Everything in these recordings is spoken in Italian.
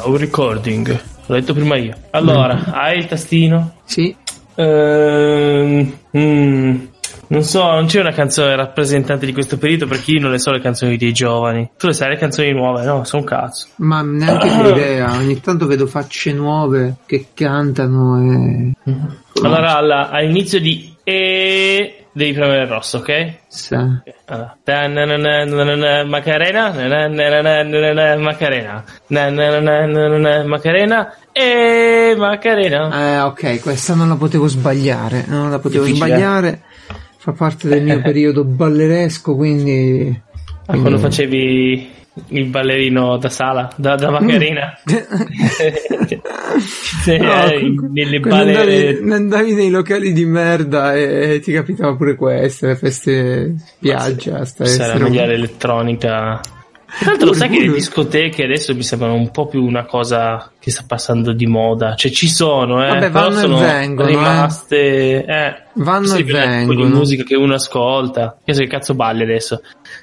Now recording. L'ho detto prima io. Allora, hai il tastino? Sì. Non so, non c'è una canzone rappresentante di questo periodo, perché io non le so le canzoni dei giovani. Tu le sai le canzoni nuove? No, sono un cazzo. Ma neanche l'idea. Ogni tanto vedo facce nuove che cantano e... Allora, all'inizio di devi premere il rosso, ok? Sì. Allora. Macarena, Macarena, Macarena e Macarena. Ok, questa non la potevo sbagliare. Non la potevo Difficile. sbagliare. Fa parte del mio periodo balleresco, quindi... Quando facevi il ballerino da sala, da Macarena. Nelle balle... andavi nei locali di merda e ti capitava pure questo, le feste spiaggia. Sarà meglio l'elettronica. Tra l'altro lo sai che le discoteche adesso mi sembrano un po' più una cosa che sta passando di moda, cioè ci sono, Vabbè, però vanno sono e vengono, rimaste vanno e vengono. di musica che uno ascolta. Che cazzo balli adesso?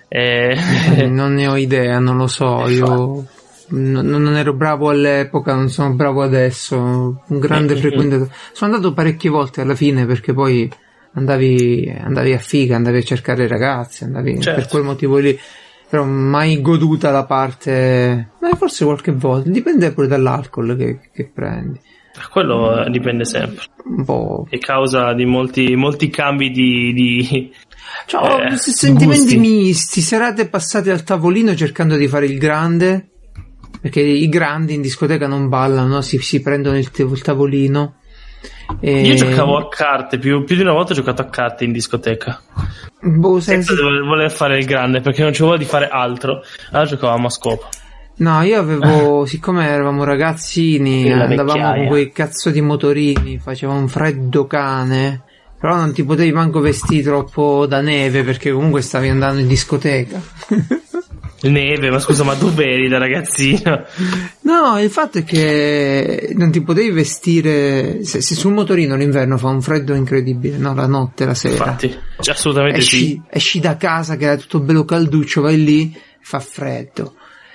Non ne ho idea, non lo so, io non ero bravo all'epoca, non sono bravo adesso, un grande frequentatore. Sono andato parecchie volte alla fine perché poi andavi a figa, andavi a cercare ragazze, certo. Per quel motivo lì. Però mai goduta la parte, forse qualche volta, dipende pure dall'alcol che prendi. Quello dipende sempre. Un po'. È causa di molti cambi di sentimenti misti, serate passate al tavolino cercando di fare il grande, perché i grandi in discoteca non ballano, no? Si prendono il tavolino. Io giocavo a carte, più di una volta ho giocato a carte in discoteca. Senza voler fare il grande, perché non c'avevo di fare altro. Allora giocavamo a scopo. No, io avevo, siccome eravamo ragazzini, andavamo con quei cazzo di motorini, faceva un freddo cane, però non ti potevi manco vestire troppo da neve, perché comunque stavi andando in discoteca. Neve, ma scusa, ma dove eri da ragazzino? No, il fatto è che non ti potevi vestire, se sul motorino l'inverno fa un freddo incredibile, no? La notte, la sera. Infatti, assolutamente sì. Esci da casa che era tutto bello calduccio, vai lì, fa freddo.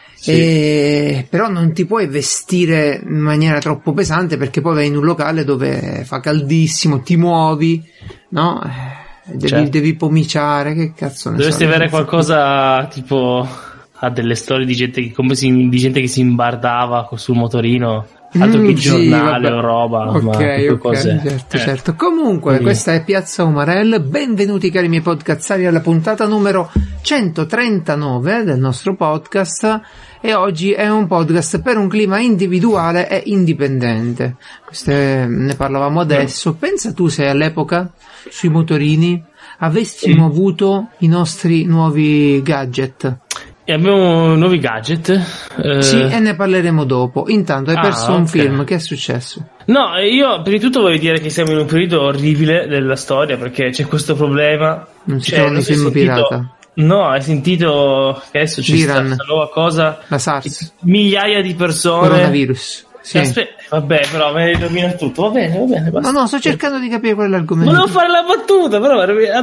Sì. Però non ti puoi vestire in maniera troppo pesante, perché poi vai in un locale dove fa caldissimo, ti muovi, no? Devi pomiciare, che cazzo ne dovresti avere qualcosa tipo delle storie di gente che si imbardava sul motorino, altro che giornale o roba. Ok, certo. Comunque, questa è Piazza Umarell. Benvenuti cari miei podcazzari alla puntata numero 139 del nostro podcast, e oggi è un podcast per un clima individuale e indipendente. Ne parlavamo adesso. Pensa tu se all'epoca sui motorini avessimo avuto i nostri nuovi gadget. E abbiamo nuovi gadget. Sì, e ne parleremo dopo. Intanto hai perso un film, che è successo? No, io prima di tutto voglio dire che siamo in un periodo orribile della storia, perché c'è questo problema. Non si trovano i film pirata. No, hai sentito che adesso c'è questa nuova cosa, la SARS, migliaia di persone, coronavirus. Sì. Vabbè, però me ne rovina tutto. Va bene, basta. No, sto cercando di capire qual è l'argomento. Volevo fare la battuta, però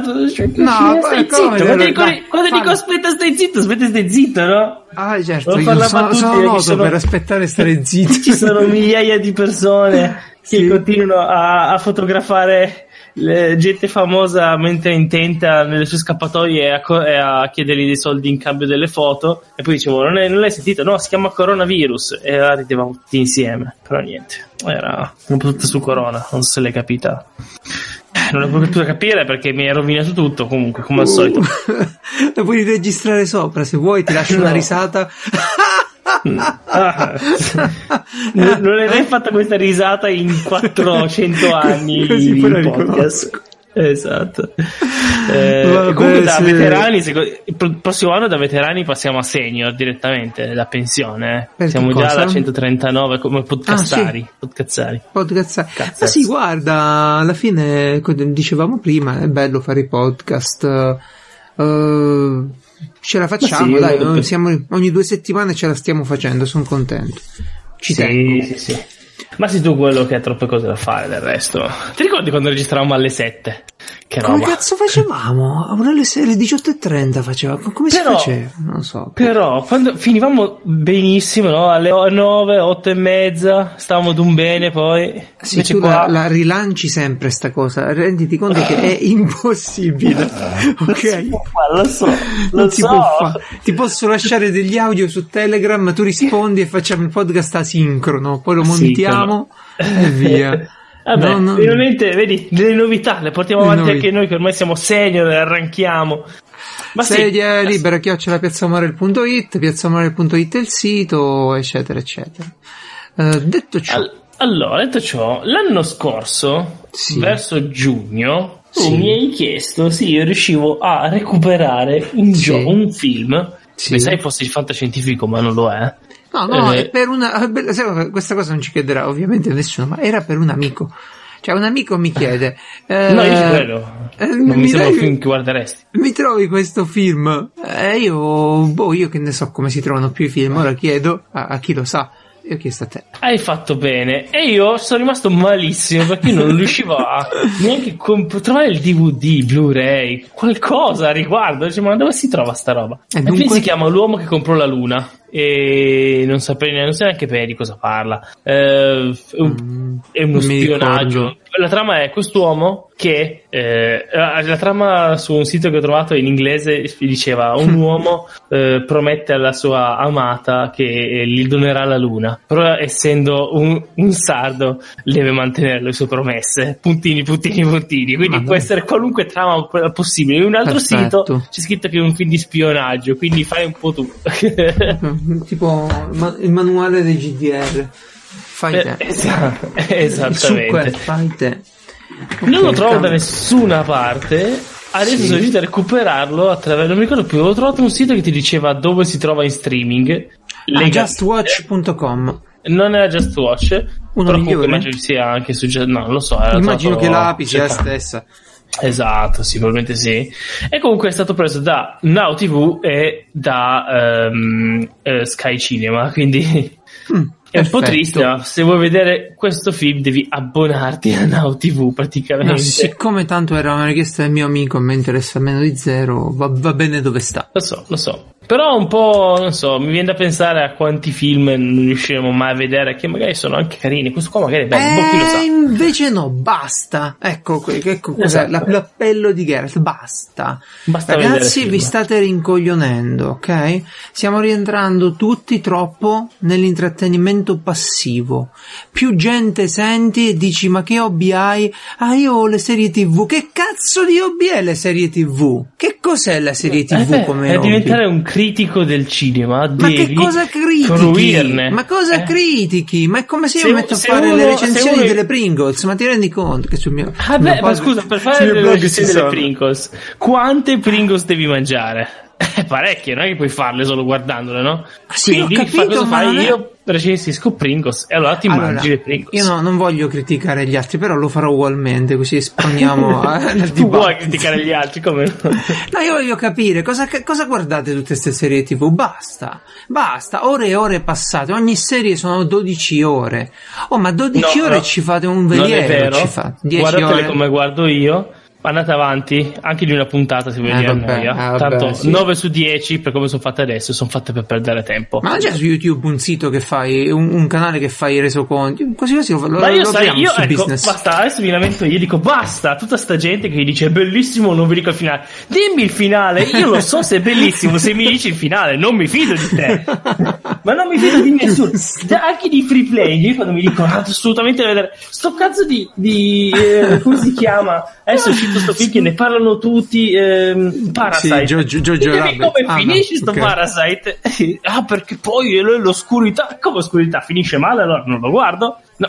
stai zitto. Quando dico stai zitto, no? Ah, certo, io sono noto per aspettare stare zitto. Ci sono migliaia di persone che continuano a fotografare gente famosa mentre è intenta nelle sue scappatoie e a chiedergli dei soldi in cambio delle foto, e poi dicevo non l'hai sentito? No, si chiama coronavirus, e allora ridevamo tutti insieme, però niente, era un po' tutto su corona, non so se l'hai capita. Non l'ho potuto capire perché mi hai rovinato tutto, comunque, come al solito. La puoi registrare sopra, se vuoi ti lascio una risata. Non hai mai fatto questa risata in 400 anni di podcast. Esatto. Comunque da veterani, il prossimo anno da veterani passiamo a senior direttamente, da pensione. Siamo già alla 139 come podcazzari. Ah sì, guarda, alla fine dicevamo prima, è bello fare i podcast. Ce la facciamo, dai, noi ogni 2 settimane ce la stiamo facendo, sono contento. Ci tengo. Sì. Ma sei tu quello che ha troppe cose da fare del resto. Ti ricordi quando registravamo alle 7? Che come roba. cazzo facevamo? Le 18:30 faceva. Come si faceva? Non so. Però quando finivamo benissimo, no? Alle 9, 8:30 stavamo d'un bene, poi sì, tu la rilanci sempre sta cosa, renditi conto che è impossibile. Ok, lo so. Ti posso lasciare degli audio su Telegram, tu rispondi e facciamo il podcast asincrono, poi lo montiamo e via. Vabbè, finalmente vedi, delle novità le portiamo avanti anche noi, che ormai siamo senior e arranchiamo. Ma sedia libera @piazzamorel.it, piazzamorel.it è il sito, eccetera eccetera. Detto ciò, l'anno scorso, verso giugno, tu mi hai chiesto se io riuscivo a recuperare un film. Pensai fosse fantascientifico, ma non lo è. No, è per questa cosa non ci chiederà ovviamente nessuno, ma era per un amico. Cioè un amico mi chiede no, io ci credo, non mi sembra un film che guarderesti. Mi trovi questo film? Io che ne so come si trovano più i film, ora chiedo a chi lo sa. Io ho chiesto a te. Hai fatto bene. E io sono rimasto malissimo perché io non riuscivo a neanche trovare il DVD, Blu-ray, qualcosa a riguardo. Dice, ma dove si trova sta roba? E dunque si chiama L'uomo che comprò la luna. E non so neanche per di cosa parla. È uno spionaggio. La trama è quest'uomo che la trama su un sito che ho trovato in inglese diceva: un uomo promette alla sua amata che gli donerà la luna, però essendo un sardo deve mantenere le sue promesse, puntini, quindi può essere qualunque trama possibile. In un altro sito c'è scritto che è un film di spionaggio, quindi fai un po' tu. Tipo il manuale dei GDR. Fai te. Esattamente. Fai te. Okay, non lo trovo da nessuna parte. Adesso sono riuscito a recuperarlo attraverso, non mi ricordo più, ho trovato un sito che ti diceva dove si trova in streaming. Justwatch.com. Non era Just Watch, uno però migliore. Immagino che sia anche su no, non lo so. Immagino che l'API sia la stessa. Esatto, sicuramente sì. E comunque è stato preso da Now TV e da Sky Cinema, quindi è un po' triste, ma se vuoi vedere questo film devi abbonarti a Now TV praticamente. No, siccome tanto era una richiesta del mio amico e mi interessa meno di zero, va bene dove sta. Lo so. Però un po', non so, mi viene da pensare a quanti film non riusciremo mai a vedere, che magari sono anche carini. Questo qua magari è bello, chi lo sa. Invece no, basta. Ecco cos'è l'appello di Geralt, basta ragazzi, vi state rincoglionendo, ok? Stiamo rientrando tutti troppo nell'intrattenimento passivo. Più gente senti e dici: ma che hobby hai? Io ho le serie TV. Che cazzo di hobby è le serie TV? Che cos'è la serie TV come hobby? È diventare un critico del cinema, ma che cosa critichi? Fruirne. Ma cosa critichi? Ma è come se io mi metto a fare le recensioni delle Pringles, ma ti rendi conto che sul mio ma scusa, per fare le recensioni delle Pringles, quante Pringles devi mangiare? Parecchie, non è che puoi farle solo guardandole, no? Sì, quindi ho capito, cosa fai? È... Io recensisco Pringles e allora ti mangi le Pringles. Io non voglio criticare gli altri, però lo farò ugualmente, così esponiamo nel tu vuoi criticare gli altri, come no? No, io voglio capire cosa guardate tutte queste serie TV. Basta, ore e ore passate, ogni serie sono 12 ore. Ma 12 ore ci fate un veliero. Non è vero, ci fate 10 guardatele ore. come guardo io. Andate avanti, anche di una puntata se vi annoia. Tanto sì. 9 su 10 per come sono fatte adesso, sono fatte per perdere tempo. Ma c'è su YouTube un sito che fai, un canale che fai i resoconti, così ma io ecco, basta, adesso mi lamento io, dico basta, tutta sta gente che dice è bellissimo, non vi dico il finale. Dimmi il finale, io lo so se è bellissimo, se mi dici il finale, non mi fido di te. Ma non mi fido di nessuno. Anche di free play, io quando mi dicono assolutamente da vedere sto cazzo di come si chiama? Adesso è uscito sto film che ne parlano tutti, Parasite. Sì, Jojo Rabbit. Come finisce sto Parasite? Perché poi l'oscurità. Come oscurità? Finisce male, allora non lo guardo. No,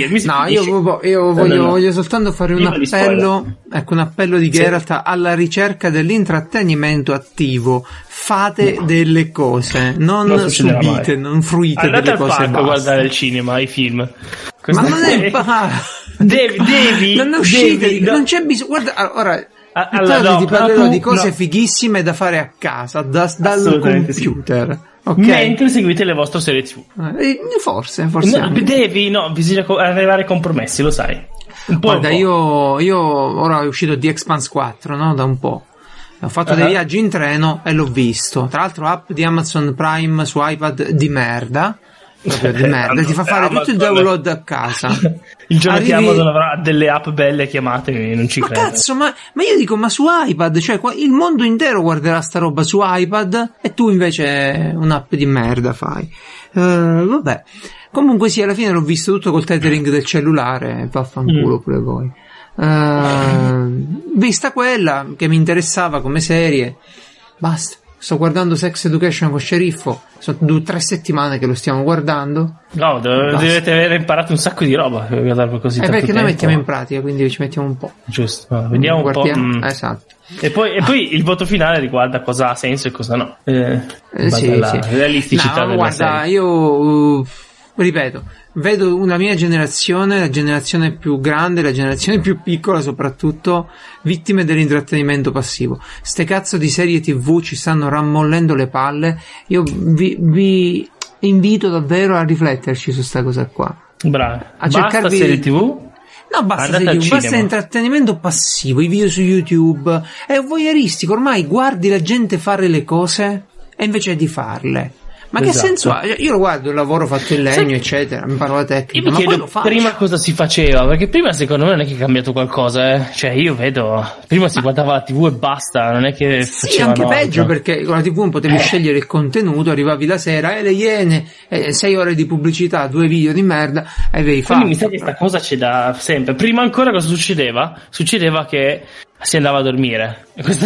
io voglio soltanto fare un appello di Geralt alla ricerca dell'intrattenimento attivo. Fate delle cose, non subite, non fruite andate delle cose. Andate al parco a guardare il cinema, i film. Ma non è devi non uscite, non c'è bisogno. Guarda, ora ti parlerò di cose fighissime da fare a casa dal computer. Sì. Okay. Mentre seguite le vostre serie TV. Forse bisogna arrivare ai compromessi, lo sai. Guarda, io ora è uscito The Expanse 4, no? Da un po'. Ho fatto dei viaggi in treno e l'ho visto. Tra l'altro app di Amazon Prime su iPad di merda. Proprio di merda, ti fa fare tutto il download a casa. Il giorno che Amazon avrà delle app belle, chiamatemi, non ci credo. Cazzo, ma io dico, ma su iPad, cioè il mondo intero guarderà sta roba su iPad e tu invece un'app di merda fai. Vabbè. Comunque sì, alla fine l'ho visto tutto col tethering del cellulare, vaffanculo pure voi. Vista quella che mi interessava come serie, basta. Sto guardando Sex Education con Sceriffo, sono 2-3 settimane che lo stiamo guardando. No, dovete aver imparato un sacco di roba per guardare così tanto perché tempo. Noi mettiamo in pratica, quindi ci mettiamo un po'. Giusto, vediamo un po'. Esatto. E poi il voto finale riguarda cosa ha senso e cosa no. Sì. Realisticità della guarda, serie. io ripeto, vedo una mia generazione, la generazione più grande, la generazione più piccola soprattutto, vittime dell'intrattenimento passivo. Ste cazzo di serie TV ci stanno rammollendo le palle. Io vi invito davvero a rifletterci su sta cosa qua. Bravo. A cercarvi serie TV? No, basta serie TV, basta intrattenimento passivo, i video su YouTube. È voyeuristico, ormai guardi la gente fare le cose e invece di farle. Ma che senso ha? Io lo guardo il lavoro fatto in legno, eccetera, mi parlo la tecnica. Io mi chiedo prima cosa si faceva, perché prima secondo me non è che è cambiato qualcosa, Cioè io vedo, prima si guardava la TV e basta, non è che sì, anche peggio, perché con la TV non potevi scegliere il contenuto, arrivavi la sera, le Iene, 6 ore di pubblicità, 2 video di merda, e avevi fatto. Quindi mi sa che questa cosa c'è da sempre. Prima ancora cosa succedeva? Succedeva che si andava a dormire. Questo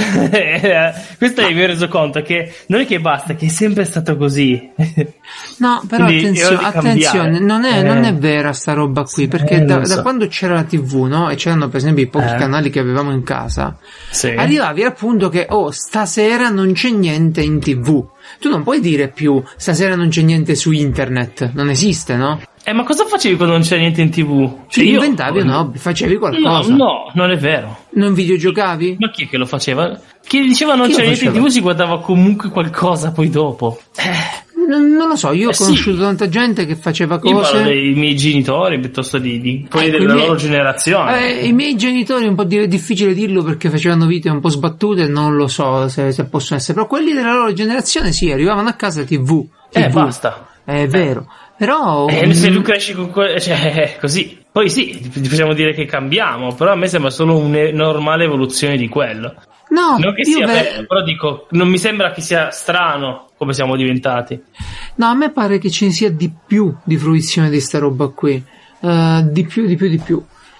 mi ho reso conto che non è che basta, che è sempre stato così. No, però attenzione, non è vera sta roba qui, perché da quando c'era la TV, no? E c'erano per esempio i pochi canali che avevamo in casa, arrivavi al punto che stasera non c'è niente in TV. Tu non puoi dire più stasera non c'è niente su internet, non esiste, no? Ma cosa facevi quando non c'era niente in TV? Cioè inventavi un hobby, facevi qualcosa. No, non è vero. Non videogiocavi? Ma chi è che lo faceva? Chi diceva non c'era niente in TV si guardava comunque qualcosa poi dopo. Non lo so, io ho conosciuto tanta gente che faceva cose. Io parlo dei miei genitori piuttosto di quelli della loro generazione. I miei genitori, un po' difficile dirlo perché facevano vite un po' sbattute, non lo so se possono essere, però quelli della loro generazione sì, arrivavano a casa TV. Basta. È vero. Però se tu cresci con così, poi sì, possiamo dire che cambiamo, però a me sembra solo una normale evoluzione di quello. No, non che sia bello, però dico, non mi sembra che sia strano come siamo diventati. No, a me pare che ce ne sia di più di fruizione di sta roba qui. Di più.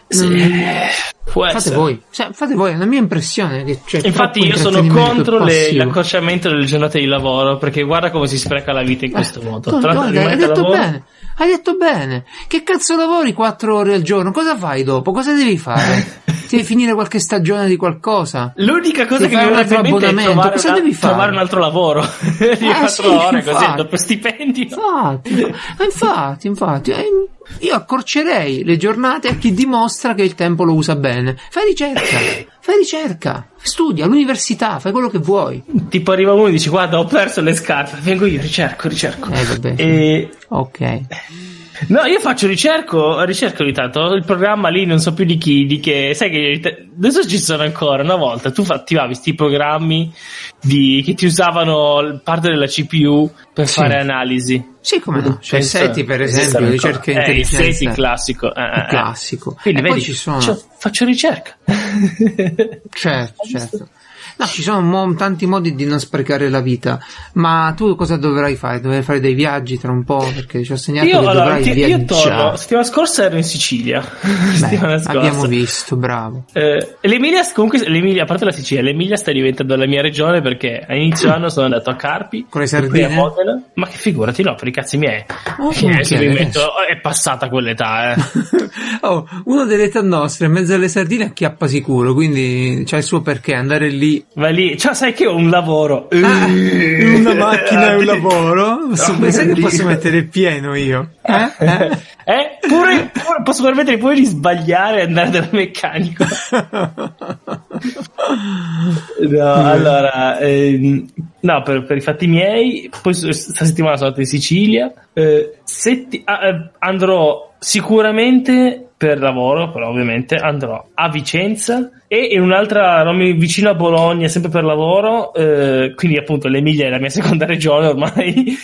Fate voi, è la mia impressione che infatti io sono contro l'accorciamento delle giornate di lavoro, perché guarda come si spreca la vita in questo modo. Hai detto bene. Che cazzo lavori 4 ore al giorno? Cosa fai dopo? Cosa devi fare? Devi finire qualche stagione di qualcosa? L'unica cosa che mi viene in mente è trovare un altro lavoro di 4 ore così dopo stipendio. Infatti io accorcerei le giornate a chi dimostra che il tempo lo usa bene. Fai ricerca, studia all'università, fai quello che vuoi. Tipo arriva uno e dice guarda ho perso le scarpe, vengo io, ricerco. Vabbè. Ok. No, io faccio ricerco ogni tanto, il programma lì non so più di che, sai che adesso ci sono ancora, una volta tu attivavi sti programmi che ti usavano parte della CPU per fare analisi. Sì, come no, cioè SETI per esempio, ricerca intelligenza. Il SETI classico. Classico. Quindi vedi, ci sono... faccio ricerca. Certo. No, ci sono tanti modi di non sprecare la vita, ma tu cosa dovrai fare? Dovrai fare dei viaggi tra un po', perché ci ho segnato che dovrai viaggiare. Io torno, settimana scorsa ero in Sicilia. Abbiamo visto, bravo. L'Emilia, a parte la Sicilia, l'Emilia sta diventando la mia regione, perché a inizio anno sono andato a Carpi, con le sardine, a Modena, ma che figurati, no, per i cazzi miei. È passata quell'età, uno dell'età nostra in mezzo alle sardine acchiappa sicuro, quindi c'è il suo perché andare lì. Vai lì, cioè sai che ho un lavoro, una macchina e un lavoro, sai che posso mettere il pieno io, pure posso permettere pure di sbagliare e andare dal meccanico. No, allora No, per i fatti miei. Poi sta settimana sono andato in Sicilia. Andrò sicuramente per lavoro, però ovviamente andrò a Vicenza e in un'altra vicino a Bologna, sempre per lavoro, quindi appunto l'Emilia è la mia seconda regione ormai.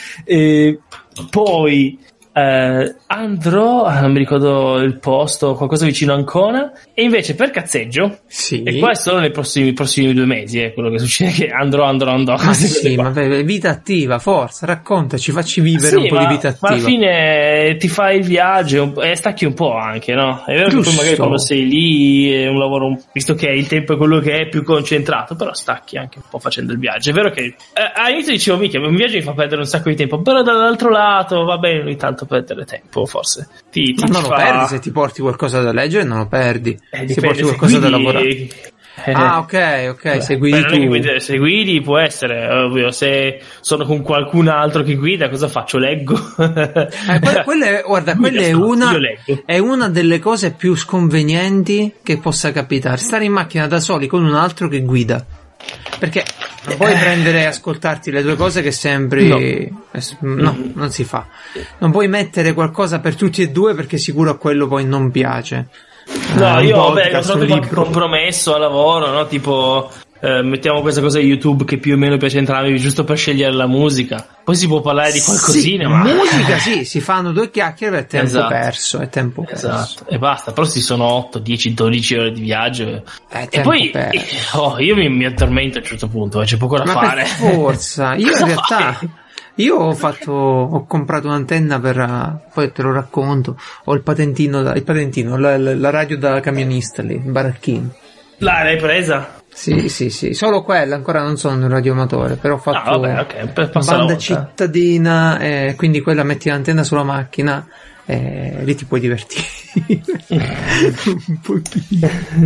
Poi andrò, non mi ricordo il posto, qualcosa vicino a Ancona, e invece per cazzeggio, sì. E qua è solo nei prossimi 2 mesi, quello che succede, che andrò. Ma sì, ma vita attiva, forza, raccontaci, facci vivere un po' di vita attiva. Ma alla fine ti fai il viaggio e stacchi un po' anche, no? È vero che poi magari quando sei lì è un lavoro, visto che il tempo è quello che è, più concentrato, però stacchi anche un po' facendo il viaggio. È vero che all'inizio dicevo, mica, un viaggio mi fa perdere un sacco di tempo, però dall'alro lato va bene ogni tanto perdere tempo, forse. Ma non lo perdi, se ti porti qualcosa da leggere non lo perdi, se porti qualcosa da lavorare. Ok, se guidi tu. Se guidi può essere, ovvio, se sono con qualcun altro che guida, cosa faccio? Leggo. Quella è una delle cose più sconvenienti che possa capitare, stare in macchina da soli con un altro che guida. Perché non puoi prendere e ascoltarti le due cose che sembri... No, non si fa. Non puoi mettere qualcosa per tutti e due perché sicuro a quello poi non piace. No, io ho trovato qualche compromesso a lavoro, no? Tipo mettiamo questa cosa di YouTube che più o meno piace entrambi, giusto per scegliere la musica. Poi si può parlare di qualcosina, ma musica sì, si fanno 2 chiacchiere, è tempo perso, è tempo perso. E basta, però si sono 8, 10, 12 ore di viaggio e poi io mi addormento a un certo punto, c'è poco da fare. Per forza, io in realtà ho comprato un'antenna poi te lo racconto, ho il patentino, la radio da camionista lì, il baracchino. L'hai presa? Sì, solo quella, ancora non sono un radioamatore, però ho fatto banda cittadina, quindi quella metti l'antenna sulla macchina e lì ti puoi divertire un pochino.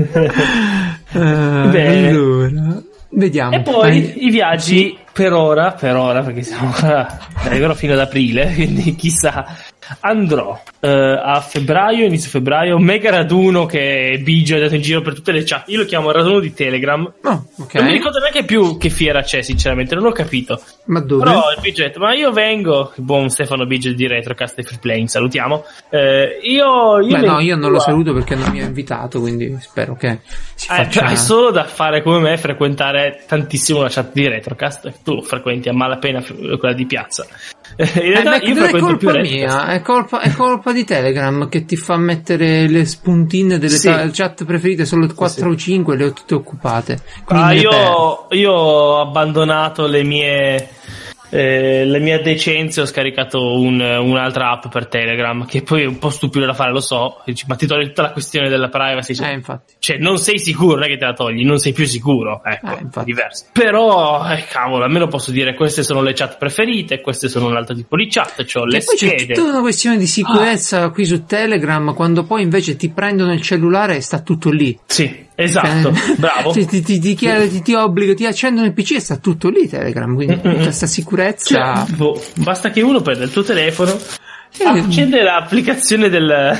Allora, vediamo. E poi i viaggi per ora, perché siamo ancora fino ad aprile, quindi chissà. Andrò a inizio febbraio, mega raduno che Biggio ha dato in giro per tutte le chat. Io lo chiamo raduno di Telegram. Okay. Non mi ricordo neanche più che fiera c'è, sinceramente, non ho capito. Ma dove? Però il Biggio ha detto, ma io vengo, il buon Stefano Biggio di Retrocast e Free Playing, salutiamo. Io non lo saluto perché non mi ha invitato, quindi spero che si faccia. È solo da fare come me, frequentare tantissimo la chat di Retrocast. Tu frequenti a malapena quella di piazza. In realtà io frequento più mia, è colpa di Telegram che ti fa mettere le spuntine delle chat preferite, solo 4 o 5 le ho tutte occupate. Io ho abbandonato le mie decenze, ho scaricato un'altra app per Telegram, che poi è un po' stupido da fare, lo so, ma ti toglie tutta la questione della privacy, infatti. Cioè non sei sicuro, non è che te la togli, non sei più sicuro, ecco, diverso. Però cavolo, almeno posso dire queste sono le chat preferite, queste sono un altro tipo di chat, c'ho le schede. C'è tutta una questione di sicurezza qui su Telegram, quando poi invece ti prendono il cellulare e sta tutto lì. Sì. Esatto, bravo. Ti obbligo, ti accendono il PC e sta tutto lì Telegram, quindi tutta questa sicurezza. Basta che uno prenda il tuo telefono, accende l'applicazione della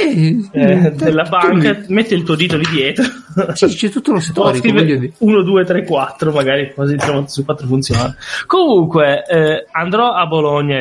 banca, mette il tuo dito lì dietro. Sì, c'è tutto lo storico. 1, 2, 3, 4, magari così su 4 funziona. Comunque andrò a Bologna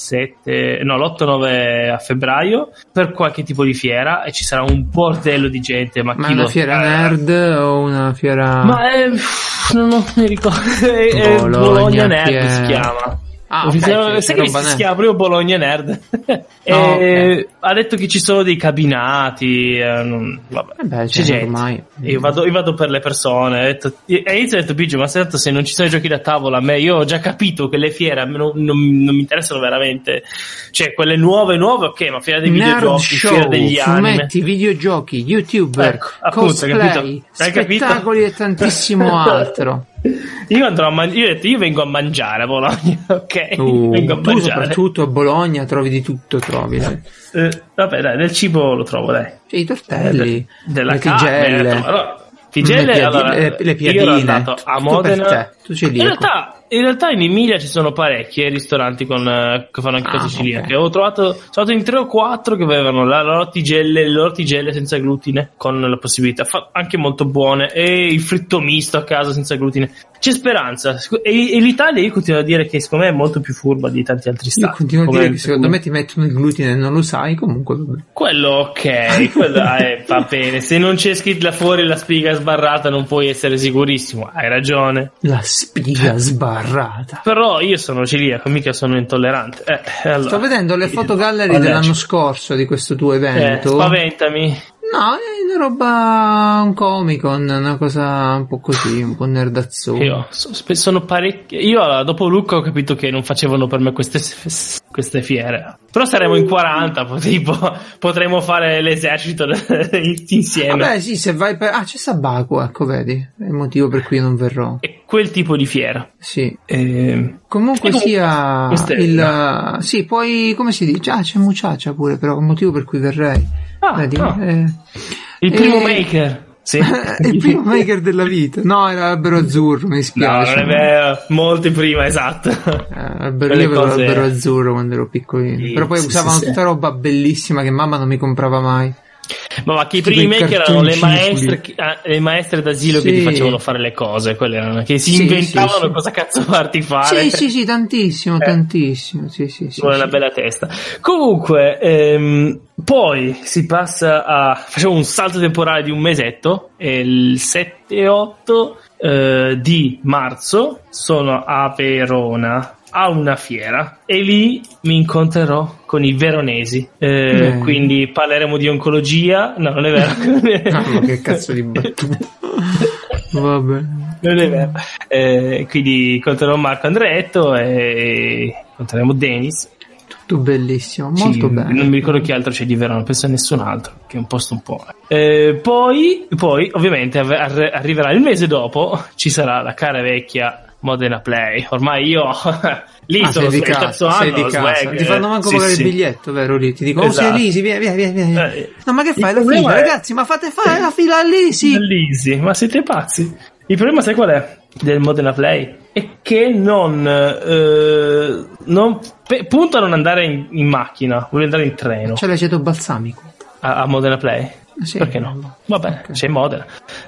l'8-9 a febbraio per qualche tipo di fiera e ci sarà un bordello di gente. Ma è una fiera nerd o una fiera? Non mi ricordo. Bologna Nerd si chiama. Sai che si chiama proprio Bologna Nerd. Ha detto che ci sono dei cabinati, c'è gente ormai. Io vado per le persone. All'inizio ho detto Biggio, ma se non ci sono i giochi da tavola, io ho già capito che le fiere non mi interessano veramente, cioè quelle nuove ok, ma fiera dei videogiochi, fiera degli anime, fumetti, videogiochi, youtuber, cosplay, spettacoli e tantissimo altro. Io andrò io vengo a mangiare a Bologna, ok? Vengo a mangiare. Soprattutto a Bologna trovi di tutto, vabbè, dai, del cibo lo trovo, dai. I tortelli, le tigelle, le piadine, io ero andato a Modena. Tu c'è lì, in realtà in realtà in Emilia ci sono parecchi ristoranti che fanno anche cose celiache. Sono stato in 3 o 4 che avevano le loro tigelle senza glutine, con la possibilità, anche molto buone, e il fritto misto a casa senza glutine. C'è speranza, e l'Italia, io continuo a dire che secondo me è molto più furba di tanti altri stati. Io continuo a dire che secondo me ti mettono il glutine e non lo sai, comunque vabbè. Quello ok, va bene, se non c'è scritta fuori la spiga sbarrata non puoi essere sicurissimo, hai ragione. La spiga sbarrata. Però io sono celiaco, mica sono intollerante. Allora, sto vedendo le fotogallery dell'anno scorso di questo tuo evento. Spaventami. No, è una roba, un Comic-Con, una cosa un po' così, un po' nerdazzone. Io sono parecchie. Io dopo Lucca ho capito che non facevano per me queste fiere. Però saremo in 40, potremo fare l'esercito insieme. Vabbè, sì, se vai per... c'è Sabaku, ecco, vedi, è il motivo per cui non verrò. È quel tipo di fiera. Sì. Comunque sia sì, poi, come si dice? C'è Muchacha pure, però è un motivo per cui verrei. Vedi? Il primo maker. Sì. Il primo maker della vita. No, era Albero Azzurro, mi dispiace. No, non è vero, molti prima, esatto. Io avevo l'Albero Azzurro quando ero piccolino. Sì, però poi usavano tutta roba bellissima che mamma non mi comprava mai. Ma che i primi maker erano le maestre d'asilo che ti facevano fare le cose, quelle erano che si inventavano cosa cazzo farti fare. Sì, tantissimo. Sì. Con una bella testa. Comunque, poi si passa facciamo un salto temporale di un mesetto, e il 7 e 8 di marzo sono a Verona a una fiera, e lì mi incontrerò con i veronesi, quindi parleremo di oncologia. No, non è vero. Ma che cazzo di battuta. Vabbè, non è vero. Quindi incontrerò Marco Andretto e incontreremo Denis. Tutto bellissimo, molto bello. Non mi ricordo chi altro c'è di Verona, penso a nessun altro, che è un posto un po'. Poi ovviamente arriverà il mese dopo, ci sarà la cara vecchia Modena Play. Ormai io lì sono il terzo anno, ti fanno manco pagare il biglietto, vero? Lì ti dicono sei Lisi, via. No, ma che fai la fila, ragazzi? Ma fate fare la fila all'Isi. Ma siete pazzi? Il problema sai qual è del Modena Play? È che punto a non andare in macchina, vuole andare in treno. C'è l'aceto balsamico a Modena Play? Sì, perché no? Va bene, okay. C'è Modena.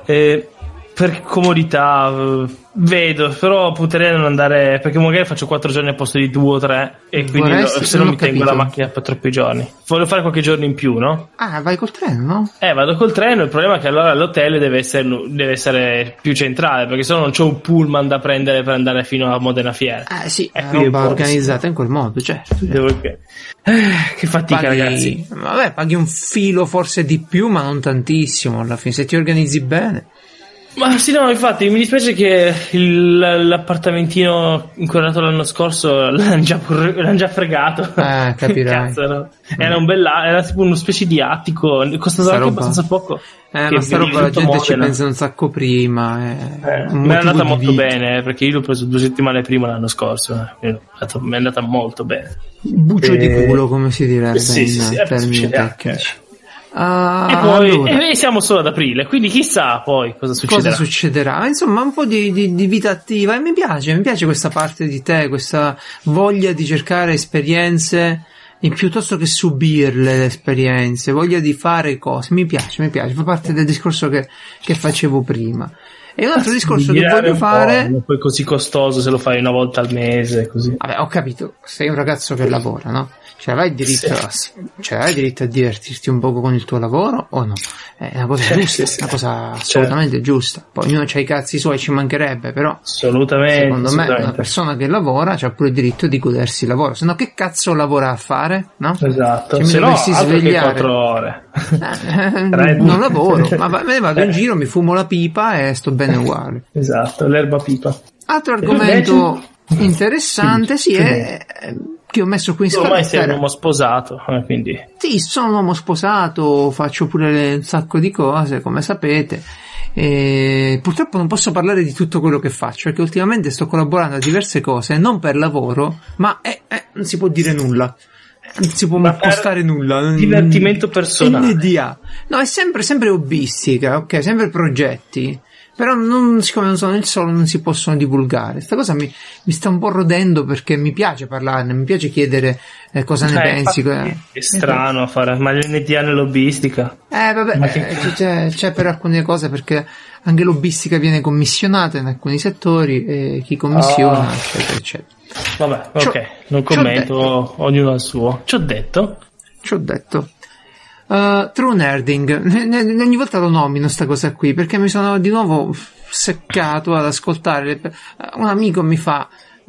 Per comodità vedo, però punterei a non andare, perché magari faccio 4 giorni al posto di 2 o 3, e quindi se non mi tengo la macchina per troppi giorni. Voglio fare qualche giorno in più, no? Vai col treno, no? Vado col treno. Il problema è che allora l'hotel deve essere più centrale, perché se no non c'è un pullman da prendere per andare fino a Modena Fiera. Sì, è una roba organizzata in quel modo, certo. Che fatica, ragazzi. Vabbè, paghi un filo forse di più, ma non tantissimo alla fine, se ti organizzi bene. Ma sì, no, infatti mi dispiace che l'appartamentino inquadrato l'anno scorso l'hanno già fregato. Capirai. Cazzo, no? Era tipo una specie di attico, costava anche abbastanza poco. Ma sta roba la gente ci pensa un sacco prima. Mi è andata molto bene, perché io l'ho preso 2 settimane prima l'anno scorso. Mi è andata molto bene. Bucio di culo, come si direbbe in termini tecnici. E poi siamo solo ad aprile, quindi chissà poi cosa succederà. Insomma, un po' di vita attiva, e mi piace questa parte di te, questa voglia di cercare esperienze piuttosto che subirle le esperienze, voglia di fare cose. Mi piace, fa parte del discorso che facevo prima. E un altro discorso che voglio fare, non è così costoso se lo fai una volta al mese, così. Vabbè, ho capito, sei un ragazzo che lavora, no? Cioè hai diritto a divertirti un poco con il tuo lavoro o no? È una cosa giusta, una cosa assolutamente giusta. Poi ognuno c'ha i cazzi suoi, ci mancherebbe, però assolutamente, secondo me una persona che lavora c'ha pure il diritto di godersi il lavoro, se no che cazzo lavora a fare, no? Esatto, se mi dovessi svegliare 4 ore non lavoro, ma me ne vado in giro, mi fumo la pipa e sto bene uguale. Esatto, l'erba pipa. Altro argomento interessante è che ho messo qui in scaletta. Ormai sei un uomo sposato, quindi sì, sono un uomo sposato, faccio pure un sacco di cose, come sapete, e purtroppo non posso parlare di tutto quello che faccio, perché ultimamente sto collaborando a diverse cose, non per lavoro, ma non si può dire nulla, non si può postare nulla, divertimento personale. NDA. No, è sempre hobbistica, ok, sempre progetti. Però siccome non sono nel solo non si possono divulgare. Sta cosa mi sta un po' rodendo, perché mi piace parlarne, mi piace chiedere cosa ne pensi. È strano fare, ma l'NDA lobbistica. Vabbè, c'è per alcune cose, perché anche lobbistica viene commissionata in alcuni settori, e chi commissiona, eccetera, eccetera. Vabbè, ok, non commento, ognuno al suo. Ci ho detto. True Nerding, ogni volta lo nomino sta cosa qui, perché mi sono di nuovo seccato ad ascoltare. Un amico mi fa,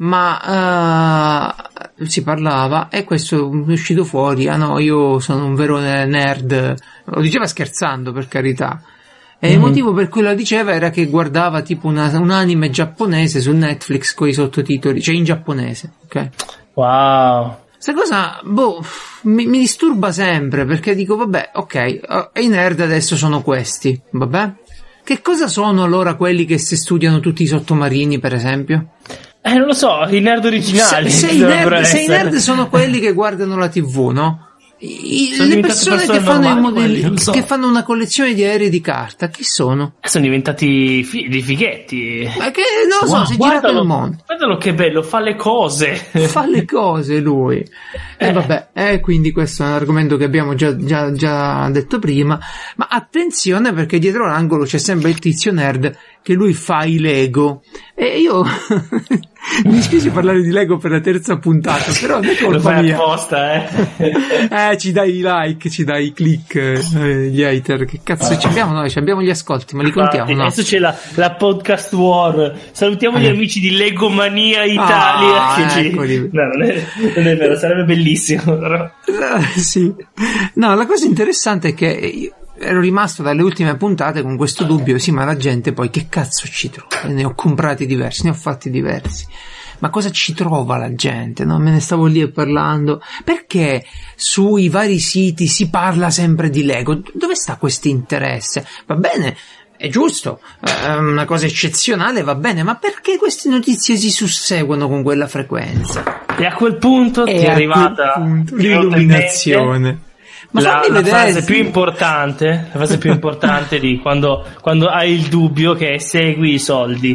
ma si parlava, e questo è uscito fuori, no, io sono un vero nerd, lo diceva scherzando, per carità, e il motivo per cui lo diceva era che guardava tipo un anime giapponese su Netflix con i sottotitoli, cioè in giapponese, ok? Wow. Questa cosa, mi disturba sempre, perché dico, vabbè, ok, i nerd adesso sono questi, vabbè? Che cosa sono allora quelli che si studiano tutti i sottomarini, per esempio? Non lo so, i nerd originali. Se i nerd sono quelli che guardano la TV, no? Le persone che fanno i modelli, che fanno una collezione di aerei di carta, chi sono? Sono diventati dei fighetti. Ma che non lo so, si gira per il mondo. Guardalo che bello, fa le cose. Fa le cose lui. E vabbè, quindi questo è un argomento che abbiamo già detto prima. Ma attenzione, perché dietro l'angolo c'è sempre il tizio nerd che lui fa i Lego. E io mi dispiace parlare di Lego per la terza puntata, però non è colpa mia. Lo fai apposta, ci dai i like, ci dai i click, gli hater. Che cazzo ci abbiamo noi? Ci abbiamo gli ascolti, ma li contiamo, no? Adesso c'è la podcast war. Salutiamo gli amici di Legomania Italia. Eccoli. No, non è vero, sarebbe bellissimo. Però. Sì. No, la cosa interessante è che ero rimasto dalle ultime puntate con questo dubbio, sì, ma la gente poi che cazzo ci trova? Ne ho comprati diversi, ne ho fatti diversi. Ma cosa ci trova la gente? No? Me ne stavo lì parlando. Perché sui vari siti si parla sempre di Lego? Dove sta questo interesse? Va bene, è giusto, una cosa eccezionale, va bene, ma perché queste notizie si susseguono con quella frequenza? E a quel punto ti è arrivata l'illuminazione. Ma la frase più importante di quando hai il dubbio, che è segui i soldi.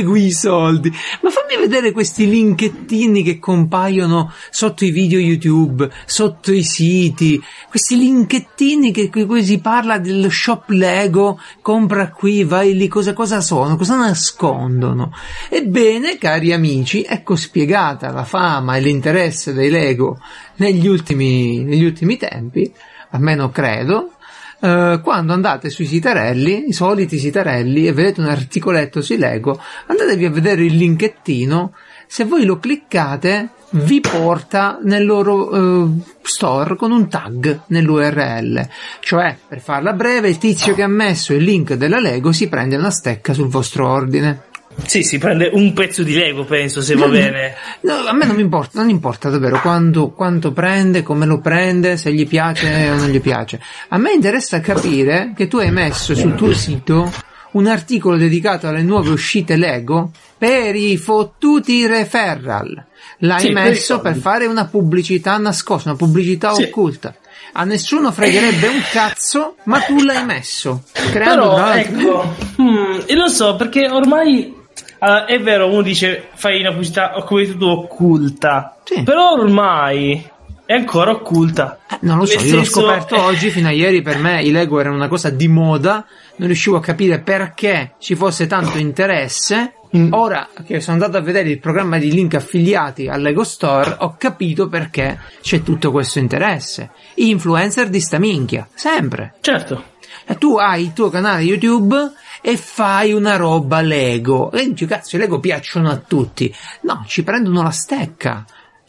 Ma fammi vedere questi linkettini che compaiono sotto i video YouTube, sotto i siti, questi linkettini che cui si parla dello shop Lego, compra qui, vai lì, cosa sono, cosa nascondono. Ebbene, cari amici, ecco spiegata la fama e l'interesse dei Lego negli ultimi tempi, almeno credo, quando andate sui sitarelli, i soliti sitarelli, e vedete un articoletto sui Lego, andatevi a vedere il linkettino, se voi lo cliccate vi porta nel loro store con un tag nell'URL, cioè, per farla breve, il tizio che ha messo il link della Lego si prende una stecca sul vostro ordine. Sì, si prende un pezzo di Lego, penso, se va bene. No, a me non importa davvero quanto prende, come lo prende, se gli piace o non gli piace. A me interessa capire che tu hai messo sul tuo sito un articolo dedicato alle nuove uscite Lego per i fottuti referral. L'hai messo per fare una pubblicità nascosta, una pubblicità occulta. A nessuno fregherebbe un cazzo, ma tu l'hai messo. Però, ecco, io lo so, perché ormai è vero, uno dice fai una pubblicità come tu occulta, sì. Però ormai è ancora occulta. Non lo so, io l'ho scoperto oggi, fino a ieri per me i Lego erano una cosa di moda, non riuscivo a capire perché ci fosse tanto interesse. Ora che sono andato a vedere il programma di link affiliati al Lego Store, ho capito perché c'è tutto questo interesse. Influencer di sta minchia, sempre. Certo. E tu hai il tuo canale YouTube e fai una roba Lego. E dici, cazzo, i Lego piacciono a tutti. No, ci prendono la stecca